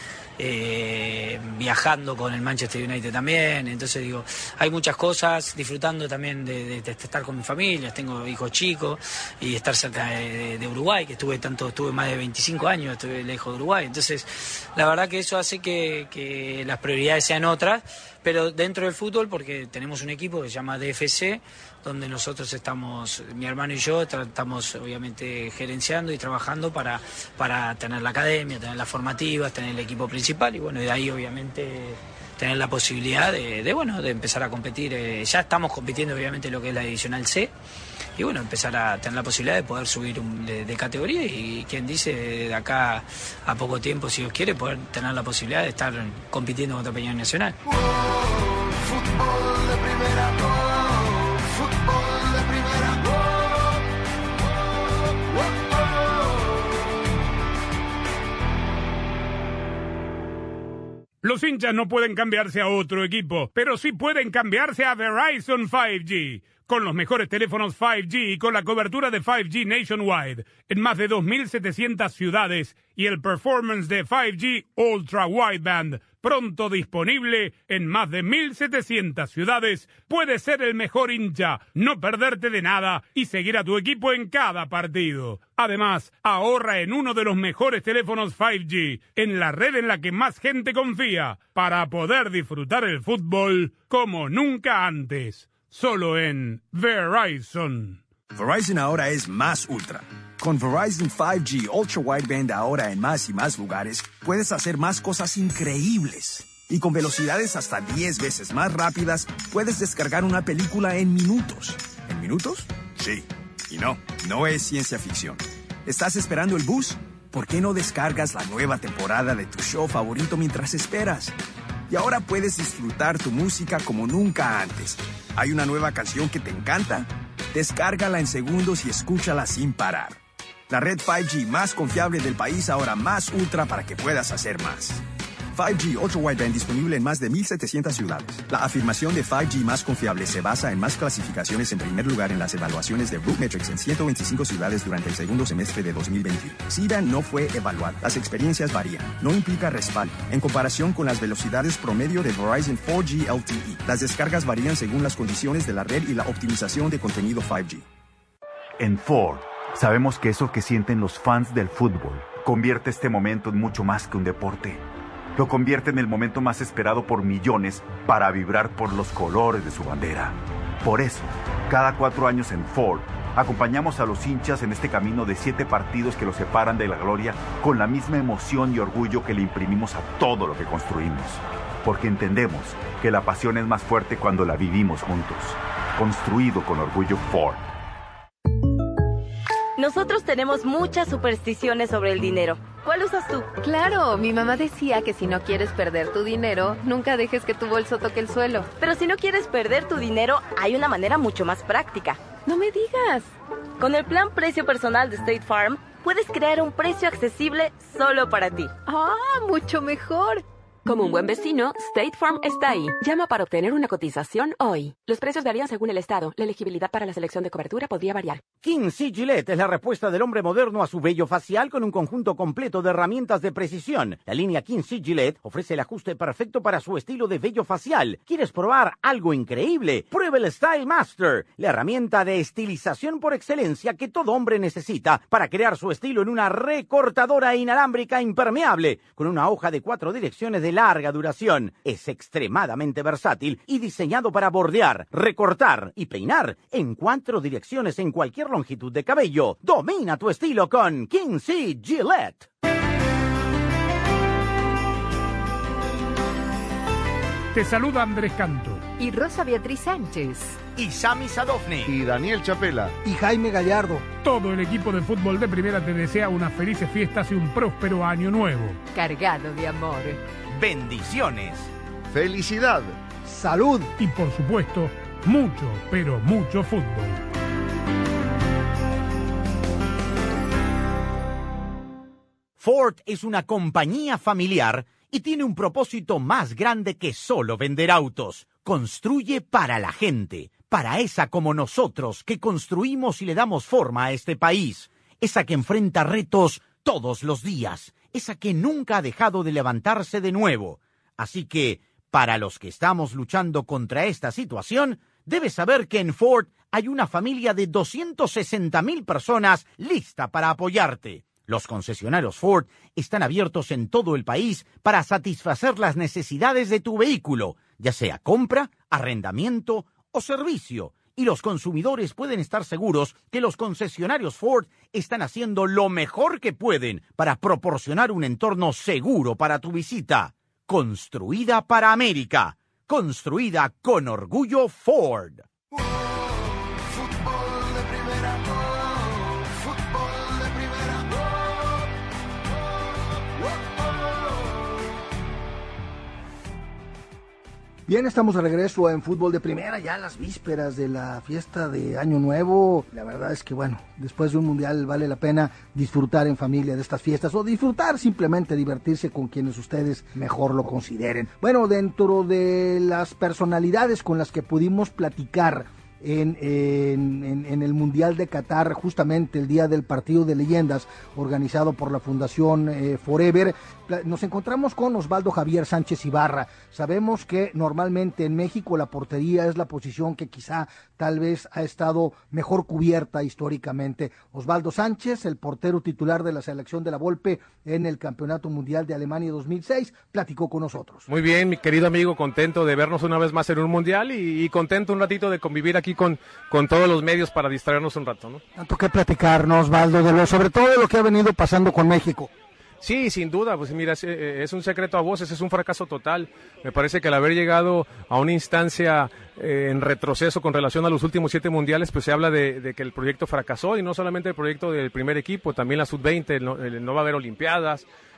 viajando con el Manchester United también. Entonces digo, hay muchas cosas, disfrutando también de estar con mi familia, tengo hijos chicos y estar cerca de Uruguay, que estuve más de 25 años, estuve lejos de Uruguay. Entonces la verdad que eso hace que las prioridades sean otras, pero dentro del fútbol, porque tenemos un equipo que se llama DFC, donde nosotros estamos, mi hermano y yo, estamos obviamente gerenciando y trabajando para tener la academia, tener las formativas, tener el equipo principal y bueno, de ahí obviamente tener la posibilidad de empezar a competir. Ya estamos compitiendo obviamente lo que es la divisional C y bueno, empezar a tener la posibilidad de poder subir de categoría y quien dice de acá a poco tiempo, si Dios quiere, poder tener la posibilidad de estar compitiendo contra Peñarol Nacional. Fútbol de primera, fútbol de primera. Los hinchas no pueden cambiarse a otro equipo, pero sí pueden cambiarse a Verizon 5G. Con los mejores teléfonos 5G y con la cobertura de 5G nationwide en más de 2.700 ciudades y el performance de 5G Ultra Wideband pronto disponible en más de 1.700 ciudades, puedes ser el mejor hincha, no perderte de nada y seguir a tu equipo en cada partido. Además, ahorra en uno de los mejores teléfonos 5G, en la red en la que más gente confía, para poder disfrutar el fútbol como nunca antes. Solo en Verizon. Verizon ahora es más ultra. Con Verizon 5G Ultra Wideband ahora en más y más lugares, puedes hacer más cosas increíbles. Y con velocidades hasta 10 veces más rápidas, puedes descargar una película en minutos. ¿En minutos? Sí. Y no es ciencia ficción. ¿Estás esperando el bus? ¿Por qué no descargas la nueva temporada de tu show favorito mientras esperas? Y ahora puedes disfrutar tu música como nunca antes. ¿Hay una nueva canción que te encanta? Descárgala en segundos y escúchala sin parar. La red 5G más confiable del país, ahora más ultra para que puedas hacer más. 5G Ultra Wideband disponible en más de 1,700 ciudades. La afirmación de 5G más confiable se basa en más clasificaciones en primer lugar en las evaluaciones de RootMetrics en 125 ciudades durante el segundo semestre de 2021. C-Band no fue evaluado. Las experiencias varían. No implica respaldo. En comparación con las velocidades promedio de Verizon 4G LTE, las descargas varían según las condiciones de la red y la optimización de contenido 5G. En Ford, sabemos que eso que sienten los fans del fútbol convierte este momento en mucho más que un deporte. Lo convierte en el momento más esperado por millones para vibrar por los colores de su bandera. Por eso, cada 4 años en Ford, acompañamos a los hinchas en este camino de 7 partidos que los separan de la gloria con la misma emoción y orgullo que le imprimimos a todo lo que construimos. Porque entendemos que la pasión es más fuerte cuando la vivimos juntos. Construido con orgullo Ford. Nosotros tenemos muchas supersticiones sobre el dinero. ¿Cuál usas tú? Claro, mi mamá decía que si no quieres perder tu dinero, nunca dejes que tu bolso toque el suelo. Pero si no quieres perder tu dinero, hay una manera mucho más práctica. No me digas. Con el plan Precio Personal de State Farm, puedes crear un precio accesible solo para ti. ¡Ah, mucho mejor! Como un buen vecino, State Farm está ahí. Llama para obtener una cotización hoy. Los precios varían según el estado. La elegibilidad para la selección de cobertura podría variar. King C. Gillette es la respuesta del hombre moderno a su vello facial con un conjunto completo de herramientas de precisión. La línea King C. Gillette ofrece el ajuste perfecto para su estilo de vello facial. ¿Quieres probar algo increíble? Prueba el Style Master, la herramienta de estilización por excelencia que todo hombre necesita para crear su estilo en una recortadora inalámbrica impermeable con una hoja de 4 direcciones de larga duración. Es extremadamente versátil y diseñado para bordear, recortar y peinar en 4 direcciones en cualquier longitud de cabello. Domina tu estilo con King C. Gillette. Te saluda Andrés Canto. Y Rosa Beatriz Sánchez. Y Sami Sadovni. Y Daniel Chapela. Y Jaime Gallardo. Todo el equipo de fútbol de primera te desea unas felices fiestas y un próspero año nuevo. Cargado de amor. Bendiciones. Felicidad. Salud. Y por supuesto, mucho, pero mucho fútbol. Ford es una compañía familiar y tiene un propósito más grande que solo vender autos. Construye para la gente, para esa como nosotros que construimos y le damos forma a este país. Esa que enfrenta retos todos los días, esa que nunca ha dejado de levantarse de nuevo. Así que, para los que estamos luchando contra esta situación, debes saber que en Ford hay una familia de 260,000 personas lista para apoyarte. Los concesionarios Ford están abiertos en todo el país para satisfacer las necesidades de tu vehículo, ya sea compra, arrendamiento o servicio. Y los consumidores pueden estar seguros que los concesionarios Ford están haciendo lo mejor que pueden para proporcionar un entorno seguro para tu visita. Construida para América. Construida con orgullo Ford. Bien, estamos de regreso en Fútbol de Primera, ya a las vísperas de la fiesta de Año Nuevo. La verdad es que, bueno, después de un mundial vale la pena disfrutar en familia de estas fiestas o disfrutar, simplemente divertirse con quienes ustedes mejor lo consideren. Bueno, dentro de las personalidades con las que pudimos platicar en el Mundial de Qatar, justamente el día del partido de leyendas organizado por la Fundación Forever, nos encontramos con Osvaldo Javier Sánchez Ibarra. Sabemos que normalmente en México la portería es la posición que quizá tal vez ha estado mejor cubierta históricamente. Osvaldo Sánchez, el portero titular de la selección de la Volpe en el Campeonato Mundial de Alemania 2006, platicó con nosotros. Muy bien, mi querido amigo, contento de vernos una vez más en un Mundial y contento un ratito de convivir aquí con todos los medios para distraernos un rato, ¿no? Tanto que platicarnos, Osvaldo, sobre todo de lo que ha venido pasando con México. Sí, sin duda, pues mira, es un secreto a voces, es un fracaso total. Me parece que al haber llegado a una instancia en retroceso con relación a los últimos 7 mundiales, pues se habla de que el proyecto fracasó, y no solamente el proyecto del primer equipo, también la sub-20, no va a haber olimpiadas,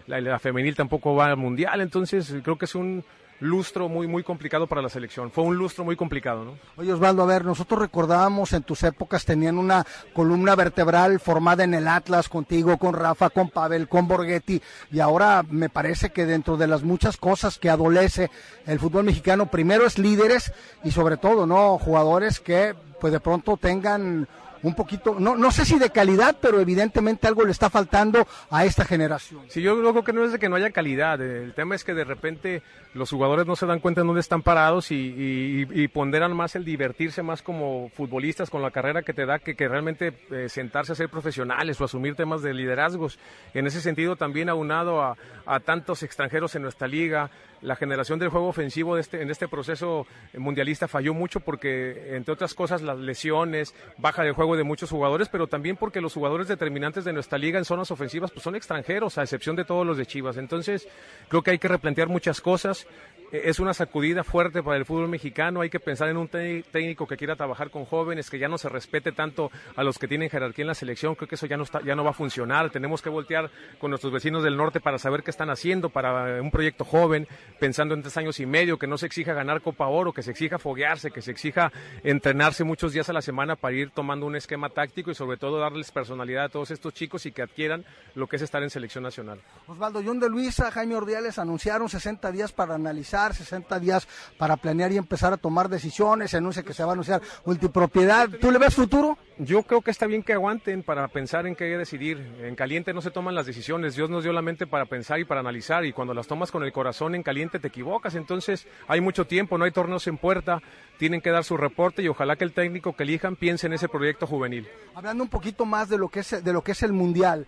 la femenil tampoco va al mundial, entonces creo que es un lustro muy complicado para la selección. Fue un lustro muy complicado, ¿no? Oye, Osvaldo, a ver, nosotros recordábamos en tus épocas tenían una columna vertebral formada en el Atlas, contigo, con Rafa, con Pavel, con Borghetti, y ahora me parece que dentro de las muchas cosas que adolece el fútbol mexicano, primero es líderes y sobre todo, ¿no? Jugadores que pues de pronto tengan un poquito, no sé si de calidad, pero evidentemente algo le está faltando a esta generación. Sí, yo creo que no es de que no haya calidad, el tema es que de repente los jugadores no se dan cuenta en dónde están parados y ponderan más el divertirse más como futbolistas con la carrera que te da que realmente sentarse a ser profesionales o asumir temas de liderazgos. En ese sentido también aunado a tantos extranjeros en nuestra liga, la generación del juego ofensivo en este proceso mundialista falló mucho porque, entre otras cosas, las lesiones, baja del juego de muchos jugadores, pero también porque los jugadores determinantes de nuestra liga en zonas ofensivas pues son extranjeros, a excepción de todos los de Chivas. Entonces, creo que hay que replantear muchas cosas. Es una sacudida fuerte para el fútbol mexicano, hay que pensar en un técnico que quiera trabajar con jóvenes, que ya no se respete tanto a los que tienen jerarquía en la selección. Creo que eso ya no va a funcionar. Tenemos que voltear con nuestros vecinos del norte para saber qué están haciendo para un proyecto joven, pensando en 3 años y medio, que no se exija ganar Copa Oro, que se exija foguearse, que se exija entrenarse muchos días a la semana para ir tomando un esquema táctico y sobre todo darles personalidad a todos estos chicos y que adquieran lo que es estar en selección nacional. Osvaldo, John de Luisa, Jaime Ordiales anunciaron 60 días para analizar, 60 días para planear y empezar a tomar decisiones. Se anuncia que se va a anunciar multipropiedad. ¿Tú le ves futuro? Yo creo que está bien que aguanten para pensar en qué decidir. En caliente no se toman las decisiones. Dios nos dio la mente para pensar y para analizar, y cuando las tomas con el corazón en caliente te equivocas. Entonces hay mucho tiempo, no hay torneos en puerta, tienen que dar su reporte y ojalá que el técnico que elijan piense en ese proyecto juvenil. Hablando un poquito más de lo que es el Mundial,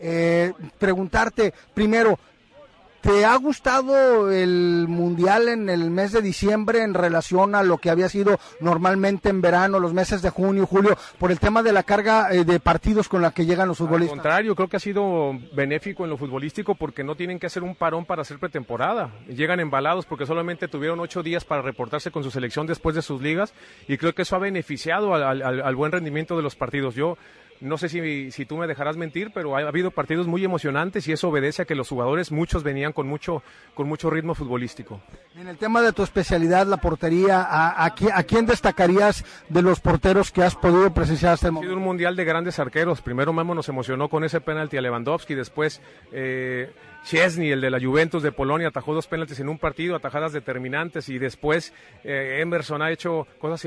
preguntarte primero, ¿te ha gustado el Mundial en el mes de diciembre en relación a lo que había sido normalmente en verano, los meses de junio, julio, por el tema de la carga de partidos con la que llegan los futbolistas? Al contrario, creo que ha sido benéfico en lo futbolístico porque no tienen que hacer un parón para hacer pretemporada. Llegan embalados porque solamente tuvieron 8 días para reportarse con su selección después de sus ligas, y creo que eso ha beneficiado al buen rendimiento de los partidos. Yo no sé si tú me dejarás mentir, pero ha habido partidos muy emocionantes y eso obedece a que los jugadores, muchos venían con mucho ritmo futbolístico. En el tema de tu especialidad, la portería, ¿a quién destacarías de los porteros que has podido presenciar hasta el momento? Ha sido un mundial de grandes arqueros. Primero Memo nos emocionó con ese penalti a Lewandowski, después Szczesny, el de la Juventus de Polonia, atajó 2 penaltis en un partido, atajadas determinantes, y después Emerson ha hecho cosas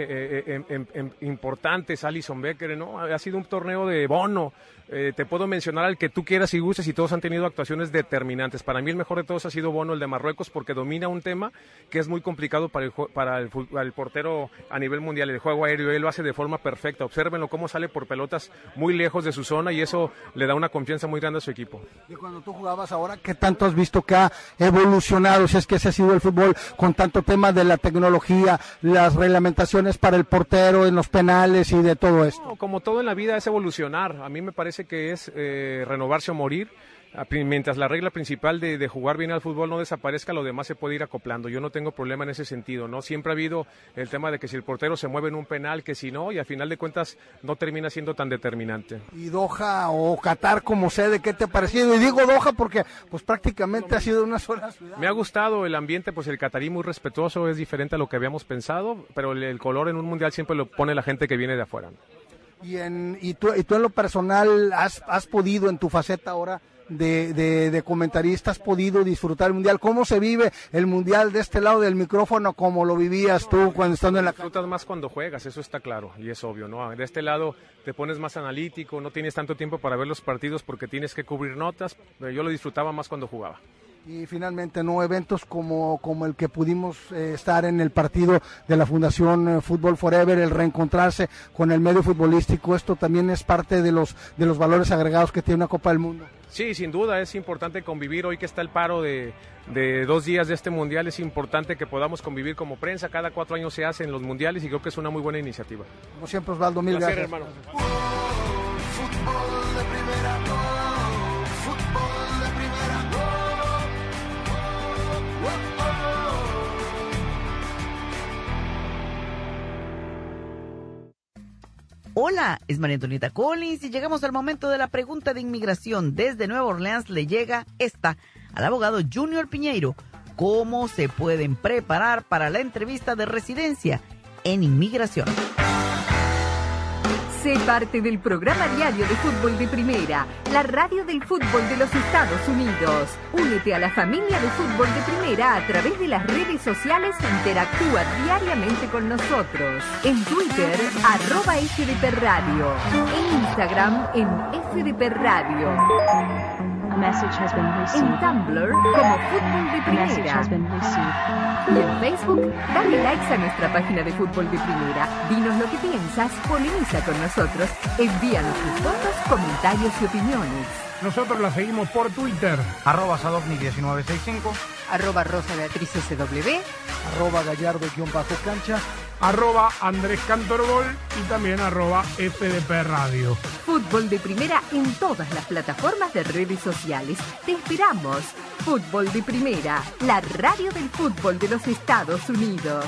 importantes, Alisson Becker, ¿no? Ha sido un torneo de Bono. Te puedo mencionar al que tú quieras y gustes, y todos han tenido actuaciones determinantes. Para mí el mejor de todos ha sido Bono, el de Marruecos, porque domina un tema que es muy complicado para el portero a nivel mundial, el juego aéreo. Él lo hace de forma perfecta. Obsérvenlo cómo sale por pelotas muy lejos de su zona, y eso le da una confianza muy grande a su equipo. Y cuando tú jugabas ahora, ¿qué tanto has visto que ha evolucionado, si es que ese ha sido el fútbol, con tanto tema de la tecnología, las reglamentaciones para el portero en los penales y de todo esto? No, como todo en la vida es evolucionar. A mí me parece que es renovarse o morir. Mientras la regla principal de jugar bien al fútbol no desaparezca, lo demás se puede ir acoplando. Yo no tengo problema en ese sentido, ¿no? Siempre ha habido el tema de que si el portero se mueve en un penal, que si no, y a final de cuentas no termina siendo tan determinante. ¿Y Doha o Qatar como sede, qué te ha parecido? Y digo Doha porque pues prácticamente ha sido una sola ciudad. Me ha gustado el ambiente, pues el catarí muy respetuoso, es diferente a lo que habíamos pensado, pero el color en un mundial siempre lo pone la gente que viene de afuera. Y tú en lo personal has podido en tu faceta ahora de comentarista, has podido disfrutar el mundial. ¿Cómo se vive el mundial de este lado del micrófono como lo vivías tú cuando estando en la cancha? Disfrutas más cuando juegas, eso está claro y es obvio, ¿no? De este lado te pones más analítico, no tienes tanto tiempo para ver los partidos porque tienes que cubrir notas, pero yo lo disfrutaba más cuando jugaba. Y finalmente, no eventos como el que pudimos estar en el partido de la Fundación Fútbol Forever, el reencontrarse con el medio futbolístico, esto también es parte de los valores agregados que tiene una Copa del Mundo. Sí, sin duda, es importante convivir. Hoy que está el paro de 2 días de este mundial, es importante que podamos convivir como prensa. Cada 4 años se hacen los mundiales y creo que es una muy buena iniciativa. Como siempre, Osvaldo, mil gracias. Hermano. Fútbol de primera, fútbol de primera. Hola, es María Antonieta Collins y llegamos al momento de la pregunta de inmigración. Desde Nueva Orleans le llega esta. al abogado Junior Piñeiro cómo se pueden preparar para la entrevista de residencia en inmigración. Sé parte del programa diario de fútbol de Primera, la radio del fútbol de los Estados Unidos. Únete a la familia de fútbol de Primera a través de las redes sociales e interactúa diariamente con nosotros. En Twitter, @FDP Radio. En Instagram, en FDP Radio. En Tumblr, como Fútbol de Primera. Y en Facebook, dale likes a nuestra página de Fútbol de Primera. Dinos lo que piensas, polemiza con nosotros, envíanos tus fotos, comentarios y opiniones. Nosotros la seguimos por Twitter. @Sadovnik1965. @RosaBeatrizSW. @Gallardo_cancha. @Andrés Cantorbol y también @FDP Radio. Fútbol de Primera en todas las plataformas de redes sociales. Te esperamos. Fútbol de Primera, la radio del fútbol de los Estados Unidos.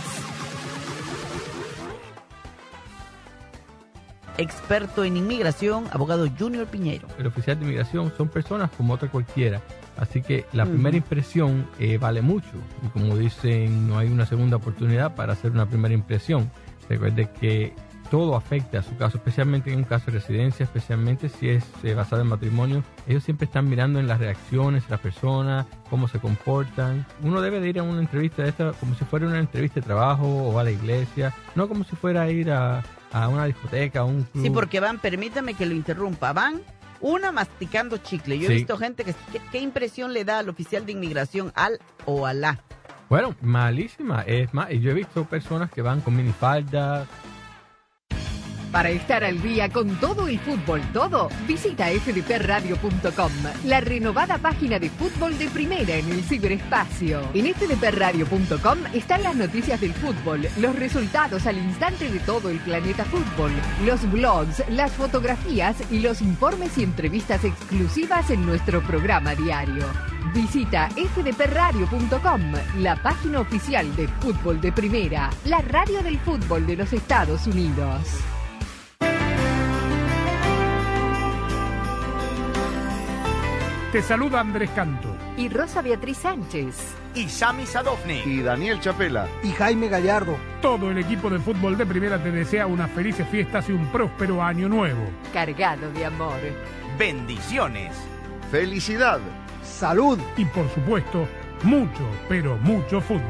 Experto en inmigración, abogado Junior Piñeiro. El oficial de inmigración son personas como otra cualquiera. Así que la primera impresión vale mucho. Y como dicen, no hay una segunda oportunidad para hacer una primera impresión. Recuerde que todo afecta a su caso, especialmente en un caso de residencia, especialmente si es basado en matrimonio. Ellos siempre están mirando en las reacciones de las personas, cómo se comportan. Uno debe de ir a una entrevista de esta como si fuera una entrevista de trabajo o a la iglesia, no como si fuera a ir a una discoteca, a un club. Sí, porque van, permítame que lo interrumpa, van masticando chicle. Yo he visto gente que ¿qué impresión le da al oficial de inmigración, al o a la? Bueno, malísima. Es más, yo he visto personas que van con minifalda. Para estar al día con todo el fútbol, visita fdpradio.com, la renovada página de fútbol de Primera en el ciberespacio. En fdpradio.com están las noticias del fútbol, los resultados al instante de todo el planeta fútbol, los blogs, las fotografías y los informes y entrevistas exclusivas en nuestro programa diario. Visita fdpradio.com, la página oficial de fútbol de Primera, la radio del fútbol de los Estados Unidos. Te saluda Andrés Canto. Y Rosa Beatriz Sánchez. Y Sami Sadovnik. Y Daniel Chapela. Y Jaime Gallardo. Todo el equipo de fútbol de Primera te desea unas felices fiestas y un próspero año nuevo. Cargado de amor. Bendiciones. Felicidad. Salud. Y por supuesto, mucho, pero mucho fútbol.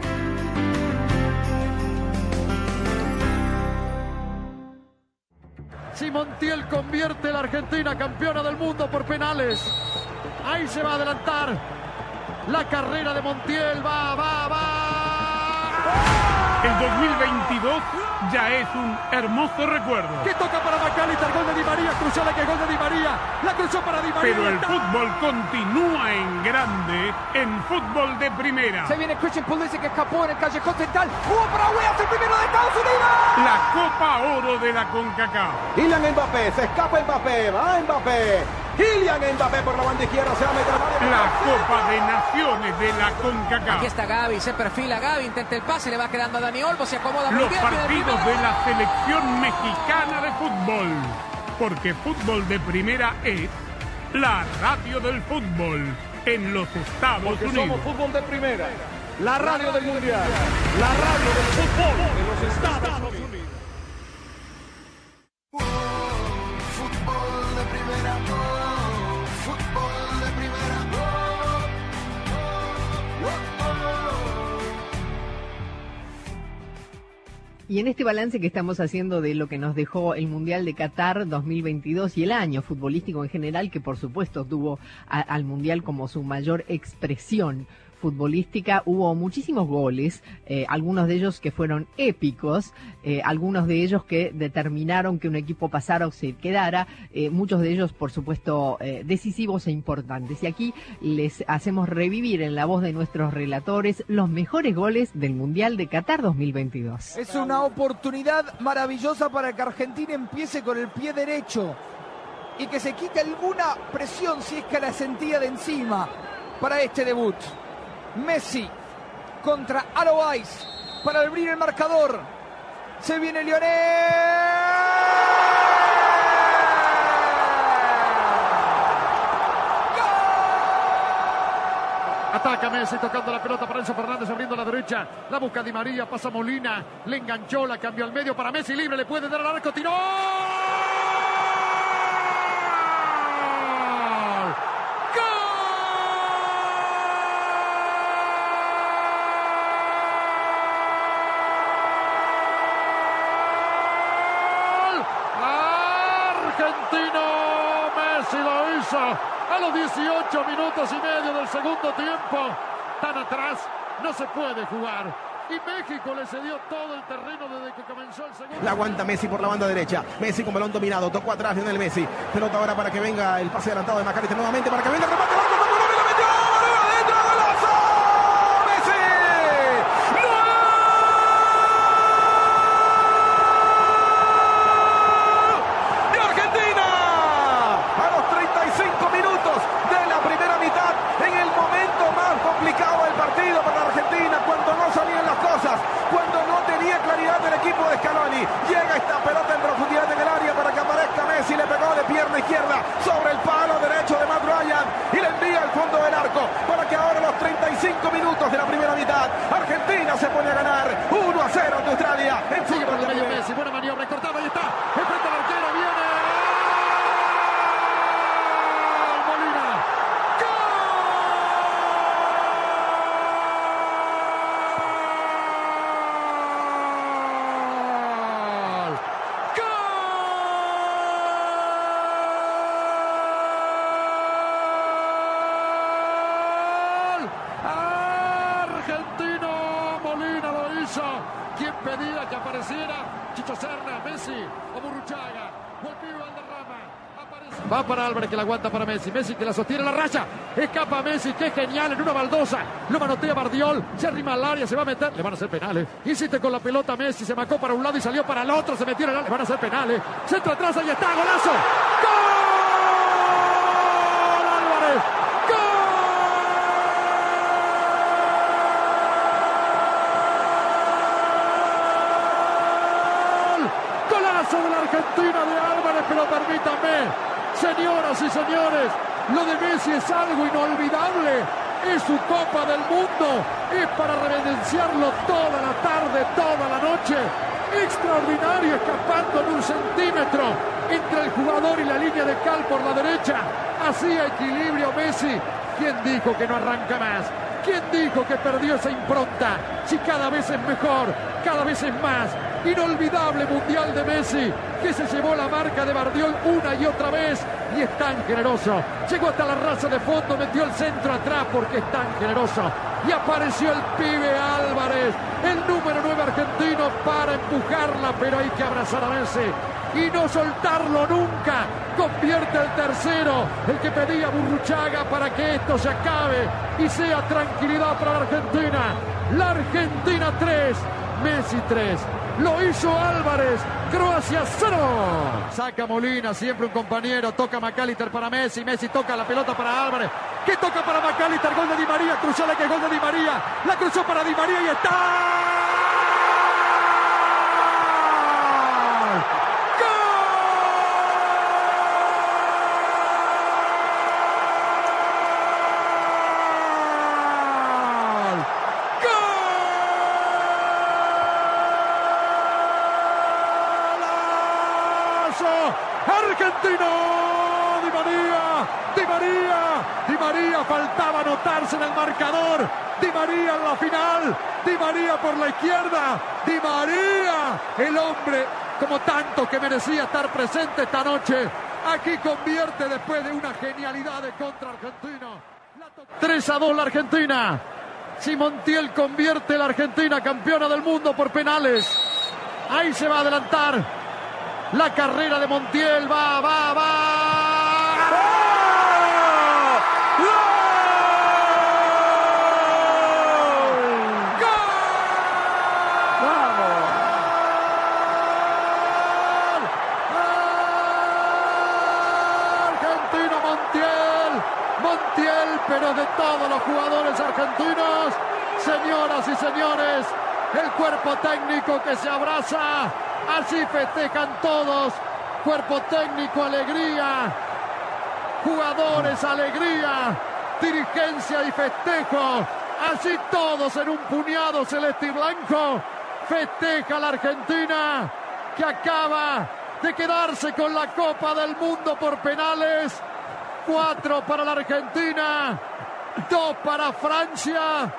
Si Montiel convierte a la Argentina campeona del mundo por penales. Ahí se va a adelantar. La carrera de Montiel va. El 2022 ya es un hermoso recuerdo. Que toca para McAllister, gol de Di María, cruzó la que gol de Di María, la cruzó para Di María. Pero el fútbol continúa en grande en Fútbol de Primera. Se viene Christian Pulisic que escapó en el callejón central. ¡Jugó para Weas, el primero de Estados Unidos! La Copa Oro de la CONCACAF. Kylian Mbappé, se escapa Mbappé, va Mbappé. Kylian Mbappé por la banda izquierda, se va a meter al área. La Copa de Naciones de la CONCACAF. Aquí está Gavi, se perfila Gavi, intenta el pase, le va quedando a Dani Olmo, se acomoda muy Los bien. partidos de la selección mexicana de fútbol. Porque Fútbol de Primera es la radio del fútbol en los Estados Porque Unidos. somos Fútbol de Primera, la radio del mundial, la radio del fútbol de los Estados Unidos. Fútbol de Primera, fútbol de Primera. Y en este balance que estamos haciendo de lo que nos dejó el Mundial de Qatar 2022 y el año futbolístico en general, que por supuesto tuvo al Mundial como su mayor expresión futbolística, hubo muchísimos goles, algunos de ellos que fueron épicos, algunos de ellos que determinaron que un equipo pasara o se quedara, muchos de ellos por supuesto decisivos e importantes. Y aquí les hacemos revivir en la voz de nuestros relatores los mejores goles del Mundial de Qatar 2022. Es una oportunidad maravillosa para que Argentina empiece con el pie derecho y que se quite alguna presión si es que la sentía de encima para este debut. Messi contra Alois para abrir el marcador. Se viene Lionel. Ataca Messi tocando la pelota para Enzo Fernández, abriendo a la derecha. La busca Di María, pasa Molina. Le enganchó, la cambió al medio para Messi, libre. Le puede dar al arco, tiró. Argentino, Messi lo hizo a los 18 minutos y medio del segundo tiempo. Tan atrás no se puede jugar. Y México le cedió todo el terreno desde que comenzó el segundo. La aguanta Messi por la banda derecha. Messi con balón dominado. Tocó atrás Lionel Messi. Pelota ahora para que venga el pase adelantado de McAllister nuevamente. Para que venga el remate. Llega esta pelota en profundidad en el área para que aparezca Messi. Le pegó de pierna izquierda sobre el palo derecho de Matt Ryan y le envía al fondo del arco para que ahora, los 35 minutos de la primera mitad, Argentina se pone a ganar 1-0 ante Australia. Sigue por el medio Messi, buena maniobra, cortaba y está. Enfrenta al arquero, viene. ¿Quién pedía que apareciera? Chicho Serna, Messi o Burruchaga. Golpeo Valderrama. Va para Álvarez, que la aguanta para Messi. Messi que la sostiene, la raya. Escapa Messi, qué genial, en una baldosa. Lo manotea Bardiol, se arrima al área, se va a meter. Le van a hacer penales. Insiste con la pelota Messi, se marcó para un lado y salió para el otro. Se metió en el área, le van a hacer penales. Centro atrás, ahí está, golazo. ¡Gol! Álvarez. De la Argentina de Álvarez, pero permítanme, señoras y señores, lo de Messi es algo inolvidable, es su Copa del Mundo, es para reverenciarlo toda la tarde, toda la noche, extraordinario, escapando en un centímetro entre el jugador y la línea de cal por la derecha, hacía equilibrio Messi. ¿Quién dijo que no arranca más? ¿Quién dijo que perdió esa impronta? Si cada vez es mejor, cada vez es más. Inolvidable mundial de Messi, que se llevó la marca de Bardiol una y otra vez, y es tan generoso. Llegó hasta la raza de fondo, metió el centro atrás porque es tan generoso. Y apareció el pibe Álvarez, el número 9 argentino, para empujarla, pero hay que abrazar a Messi y no soltarlo nunca. Convierte el tercero, el que pedía Burruchaga, para que esto se acabe y sea tranquilidad para la Argentina. La Argentina 3, Messi 3. Lo hizo Álvarez, Croacia 0. Saca Molina, siempre un compañero, toca McAllister para Messi, Messi toca la pelota para Álvarez, que toca para McAllister, gol de Di María, cruzó la que es gol de Di María, la cruzó para Di María y está. Argentino, Di María, Di María, Di María, faltaba anotarse en el marcador. Di María en la final, Di María por la izquierda, Di María, el hombre como tanto que merecía estar presente esta noche. Aquí convierte después de una genialidad de contra argentino. 3-2 la Argentina. Si Montiel convierte, la Argentina campeona del mundo por penales. Ahí se va a adelantar la carrera de Montiel, va. Argentino Montiel, pero de todos los jugadores argentinos, señoras y señores, el cuerpo técnico que se abraza. Así festejan todos. Cuerpo técnico, alegría. Jugadores, alegría. dirigencia y festejo. Allí todos en un puñado celeste y blanco. Festeja la Argentina, que acaba de quedarse con la Copa del Mundo por penales. 4 para la Argentina, 2 para Francia.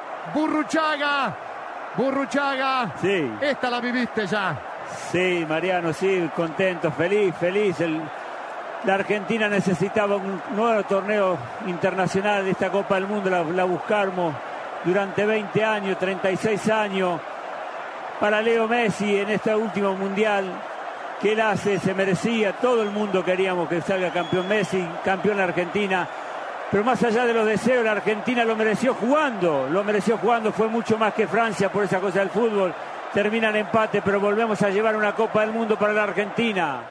Burruchaga. Sí. Esta la viviste ya. Sí, Mariano, sí, contento, feliz. La Argentina necesitaba un nuevo torneo internacional de esta Copa del Mundo. La buscamos durante 20 años, 36 años. Para Leo Messi en este último mundial que él hace, se merecía. Todo el mundo queríamos que salga campeón Messi, campeón la Argentina. Pero más allá de los deseos, la Argentina lo mereció jugando. Fue mucho más que Francia por esa cosa del fútbol. Termina el empate, pero volvemos a llevar una Copa del Mundo para la Argentina.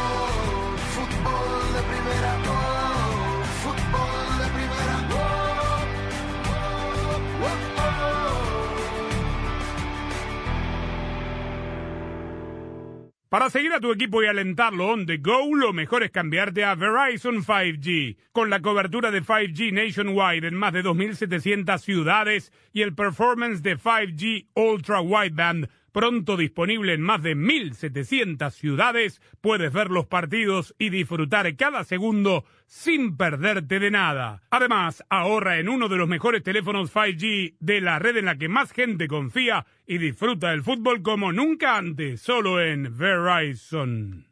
Para seguir a tu equipo y alentarlo on the go, lo mejor es cambiarte a Verizon 5G. Con la cobertura de 5G nationwide en más de 2.700 ciudades y el performance de 5G Ultra Wideband pronto disponible en más de 1.700 ciudades, puedes ver los partidos y disfrutar cada segundo sin perderte de nada. Además, ahorra en uno de los mejores teléfonos 5G de la red en la que más gente confía y disfruta del fútbol como nunca antes, solo en Verizon.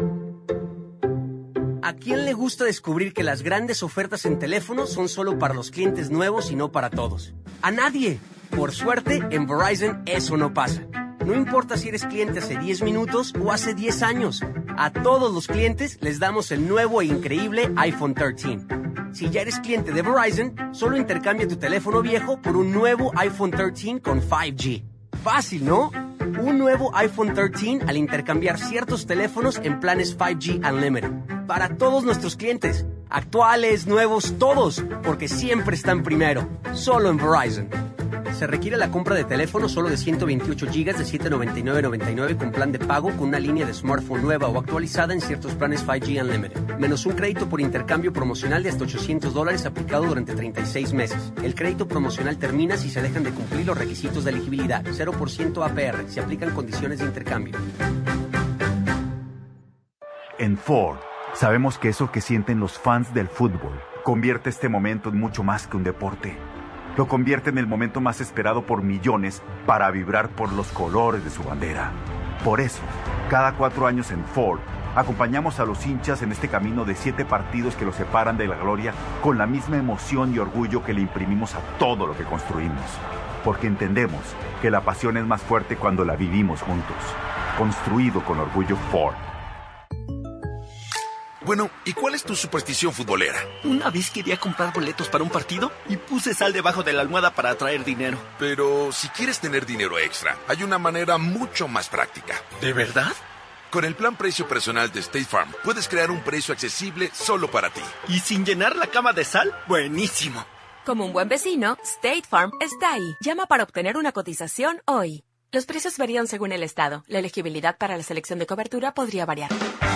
¿A quién le gusta descubrir que las grandes ofertas en teléfonos son solo para los clientes nuevos y no para todos? ¡A nadie! Por suerte, en Verizon eso no pasa. No importa si eres cliente hace 10 minutos o hace 10 años. A todos los clientes les damos el nuevo e increíble iPhone 13. Si ya eres cliente de Verizon, solo intercambia tu teléfono viejo por un nuevo iPhone 13 con 5G. Fácil, ¿no? Un nuevo iPhone 13 al intercambiar ciertos teléfonos en planes 5G Unlimited. Para todos nuestros clientes, actuales, nuevos, todos, porque siempre están primero. Solo en Verizon. Se requiere la compra de teléfono solo de 128 GB de $799.99 con plan de pago con una línea de smartphone nueva o actualizada en ciertos planes 5G Unlimited. Menos un crédito por intercambio promocional de hasta $800 aplicado durante 36 meses. El crédito promocional termina si se dejan de cumplir los requisitos de elegibilidad. 0% APR. Se aplican condiciones de intercambio. En Ford, sabemos que eso que sienten los fans del fútbol convierte este momento en mucho más que un deporte. Lo convierte en el momento más esperado por millones para vibrar por los colores de su bandera. Por eso, cada 4 años en Ford, acompañamos a los hinchas en este camino de 7 partidos que los separan de la gloria con la misma emoción y orgullo que le imprimimos a todo lo que construimos. Porque entendemos que la pasión es más fuerte cuando la vivimos juntos. Construido con orgullo Ford. Bueno, ¿y cuál es tu superstición futbolera? Una vez quería comprar boletos para un partido y puse sal debajo de la almohada para atraer dinero. Pero si quieres tener dinero extra, hay una manera mucho más práctica. ¿De verdad? Con el plan precio personal de State Farm, puedes crear un precio accesible solo para ti. ¿Y sin llenar la cama de sal? ¡Buenísimo! Como un buen vecino, State Farm está ahí. Llama para obtener una cotización hoy. Los precios varían según el estado. La elegibilidad para la selección de cobertura podría variar.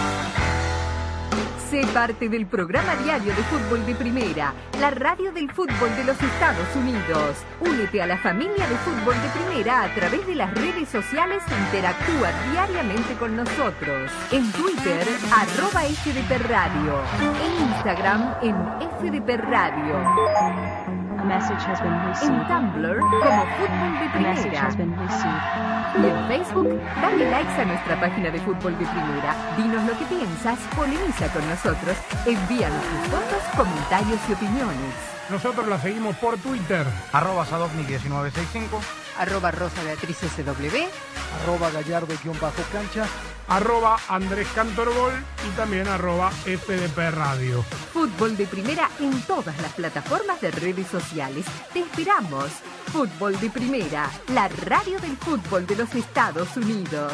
Sé parte del programa diario de fútbol de Primera, la radio del fútbol de los Estados Unidos. Únete a la familia de fútbol de Primera a través de las redes sociales e interactúa diariamente con nosotros. En Twitter, @FDP Radio. En Instagram, en FDP Radio. En Tumblr, como Fútbol de Primera. Y en Facebook, dale likes a nuestra página de Fútbol de Primera. Dinos lo que piensas, polemiza con nosotros, envíanos tus fotos, comentarios y opiniones. Nosotros la seguimos por Twitter. @Sadovnik1965. @RosaBeatrizSW. @Gallardo_cancha. @Andrés Cantorbol y también @FDP Radio. Fútbol de Primera en todas las plataformas de redes sociales. Te esperamos. Fútbol de Primera, la radio del fútbol de los Estados Unidos.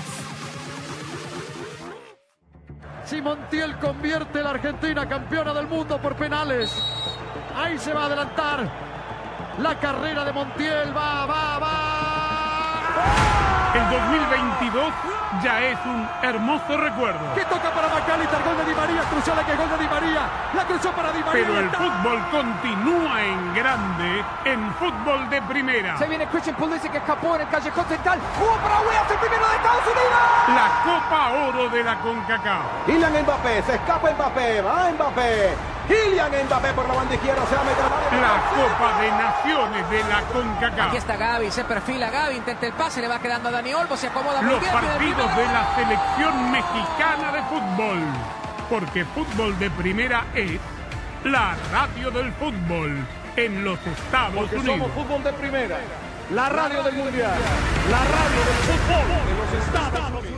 Si Montiel convierte a la Argentina campeona del mundo por penales. Ahí se va a adelantar. La carrera de Montiel va. El 2020 2022 ya es un hermoso recuerdo. Que toca para McAllister, gol de Di María, cruzó la que gol de Di María, la cruzó para Di María. Pero el fútbol continúa en grande en Fútbol de Primera. Se viene Christian Pulisic que escapó en el callejón central. Jugó para Williams, el primero de Estados Unidos. La Copa Oro de la CONCACAF. Kylian Mbappé, se escapa Mbappé, va Mbappé. Kylian Mbappé por la banda izquierda, se va a meter la Copa de Naciones de la CONCACAF. Aquí está Gavi, se perfila Gavi, intenta el pase, le va quedando a Dani Olmo, se acomoda muy Los bien. partidos de la selección mexicana de fútbol. Porque Fútbol de Primera es la radio del fútbol en los Estados porque Unidos. Somos Fútbol de Primera, la radio del mundial, la radio del fútbol de los Estados Unidos.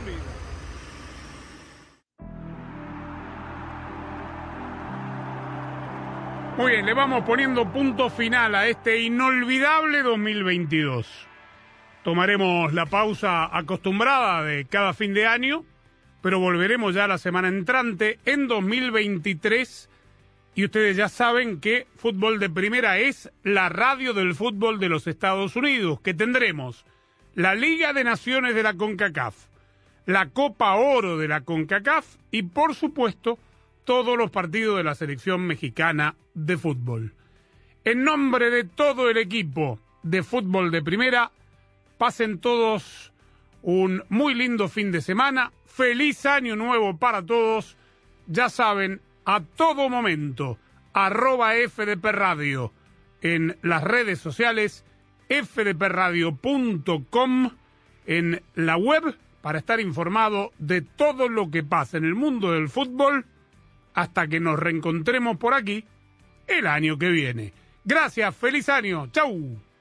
Muy bien, le vamos poniendo punto final a este inolvidable 2022. Tomaremos la pausa acostumbrada de cada fin de año, pero volveremos ya la semana entrante en 2023. Y ustedes ya saben que Fútbol de Primera es la radio del fútbol de los Estados Unidos, que tendremos la Liga de Naciones de la CONCACAF, la Copa Oro de la CONCACAF y, por supuesto, todos los partidos de la selección mexicana de fútbol. En nombre de todo el equipo de Fútbol de Primera, pasen todos un muy lindo fin de semana. Feliz año nuevo para todos. Ya saben, a todo momento, @FDP Radio en las redes sociales, fdpradio.com en la web para estar informado de todo lo que pasa en el mundo del fútbol hasta que nos reencontremos por aquí el año que viene. Gracias, feliz año. Chau.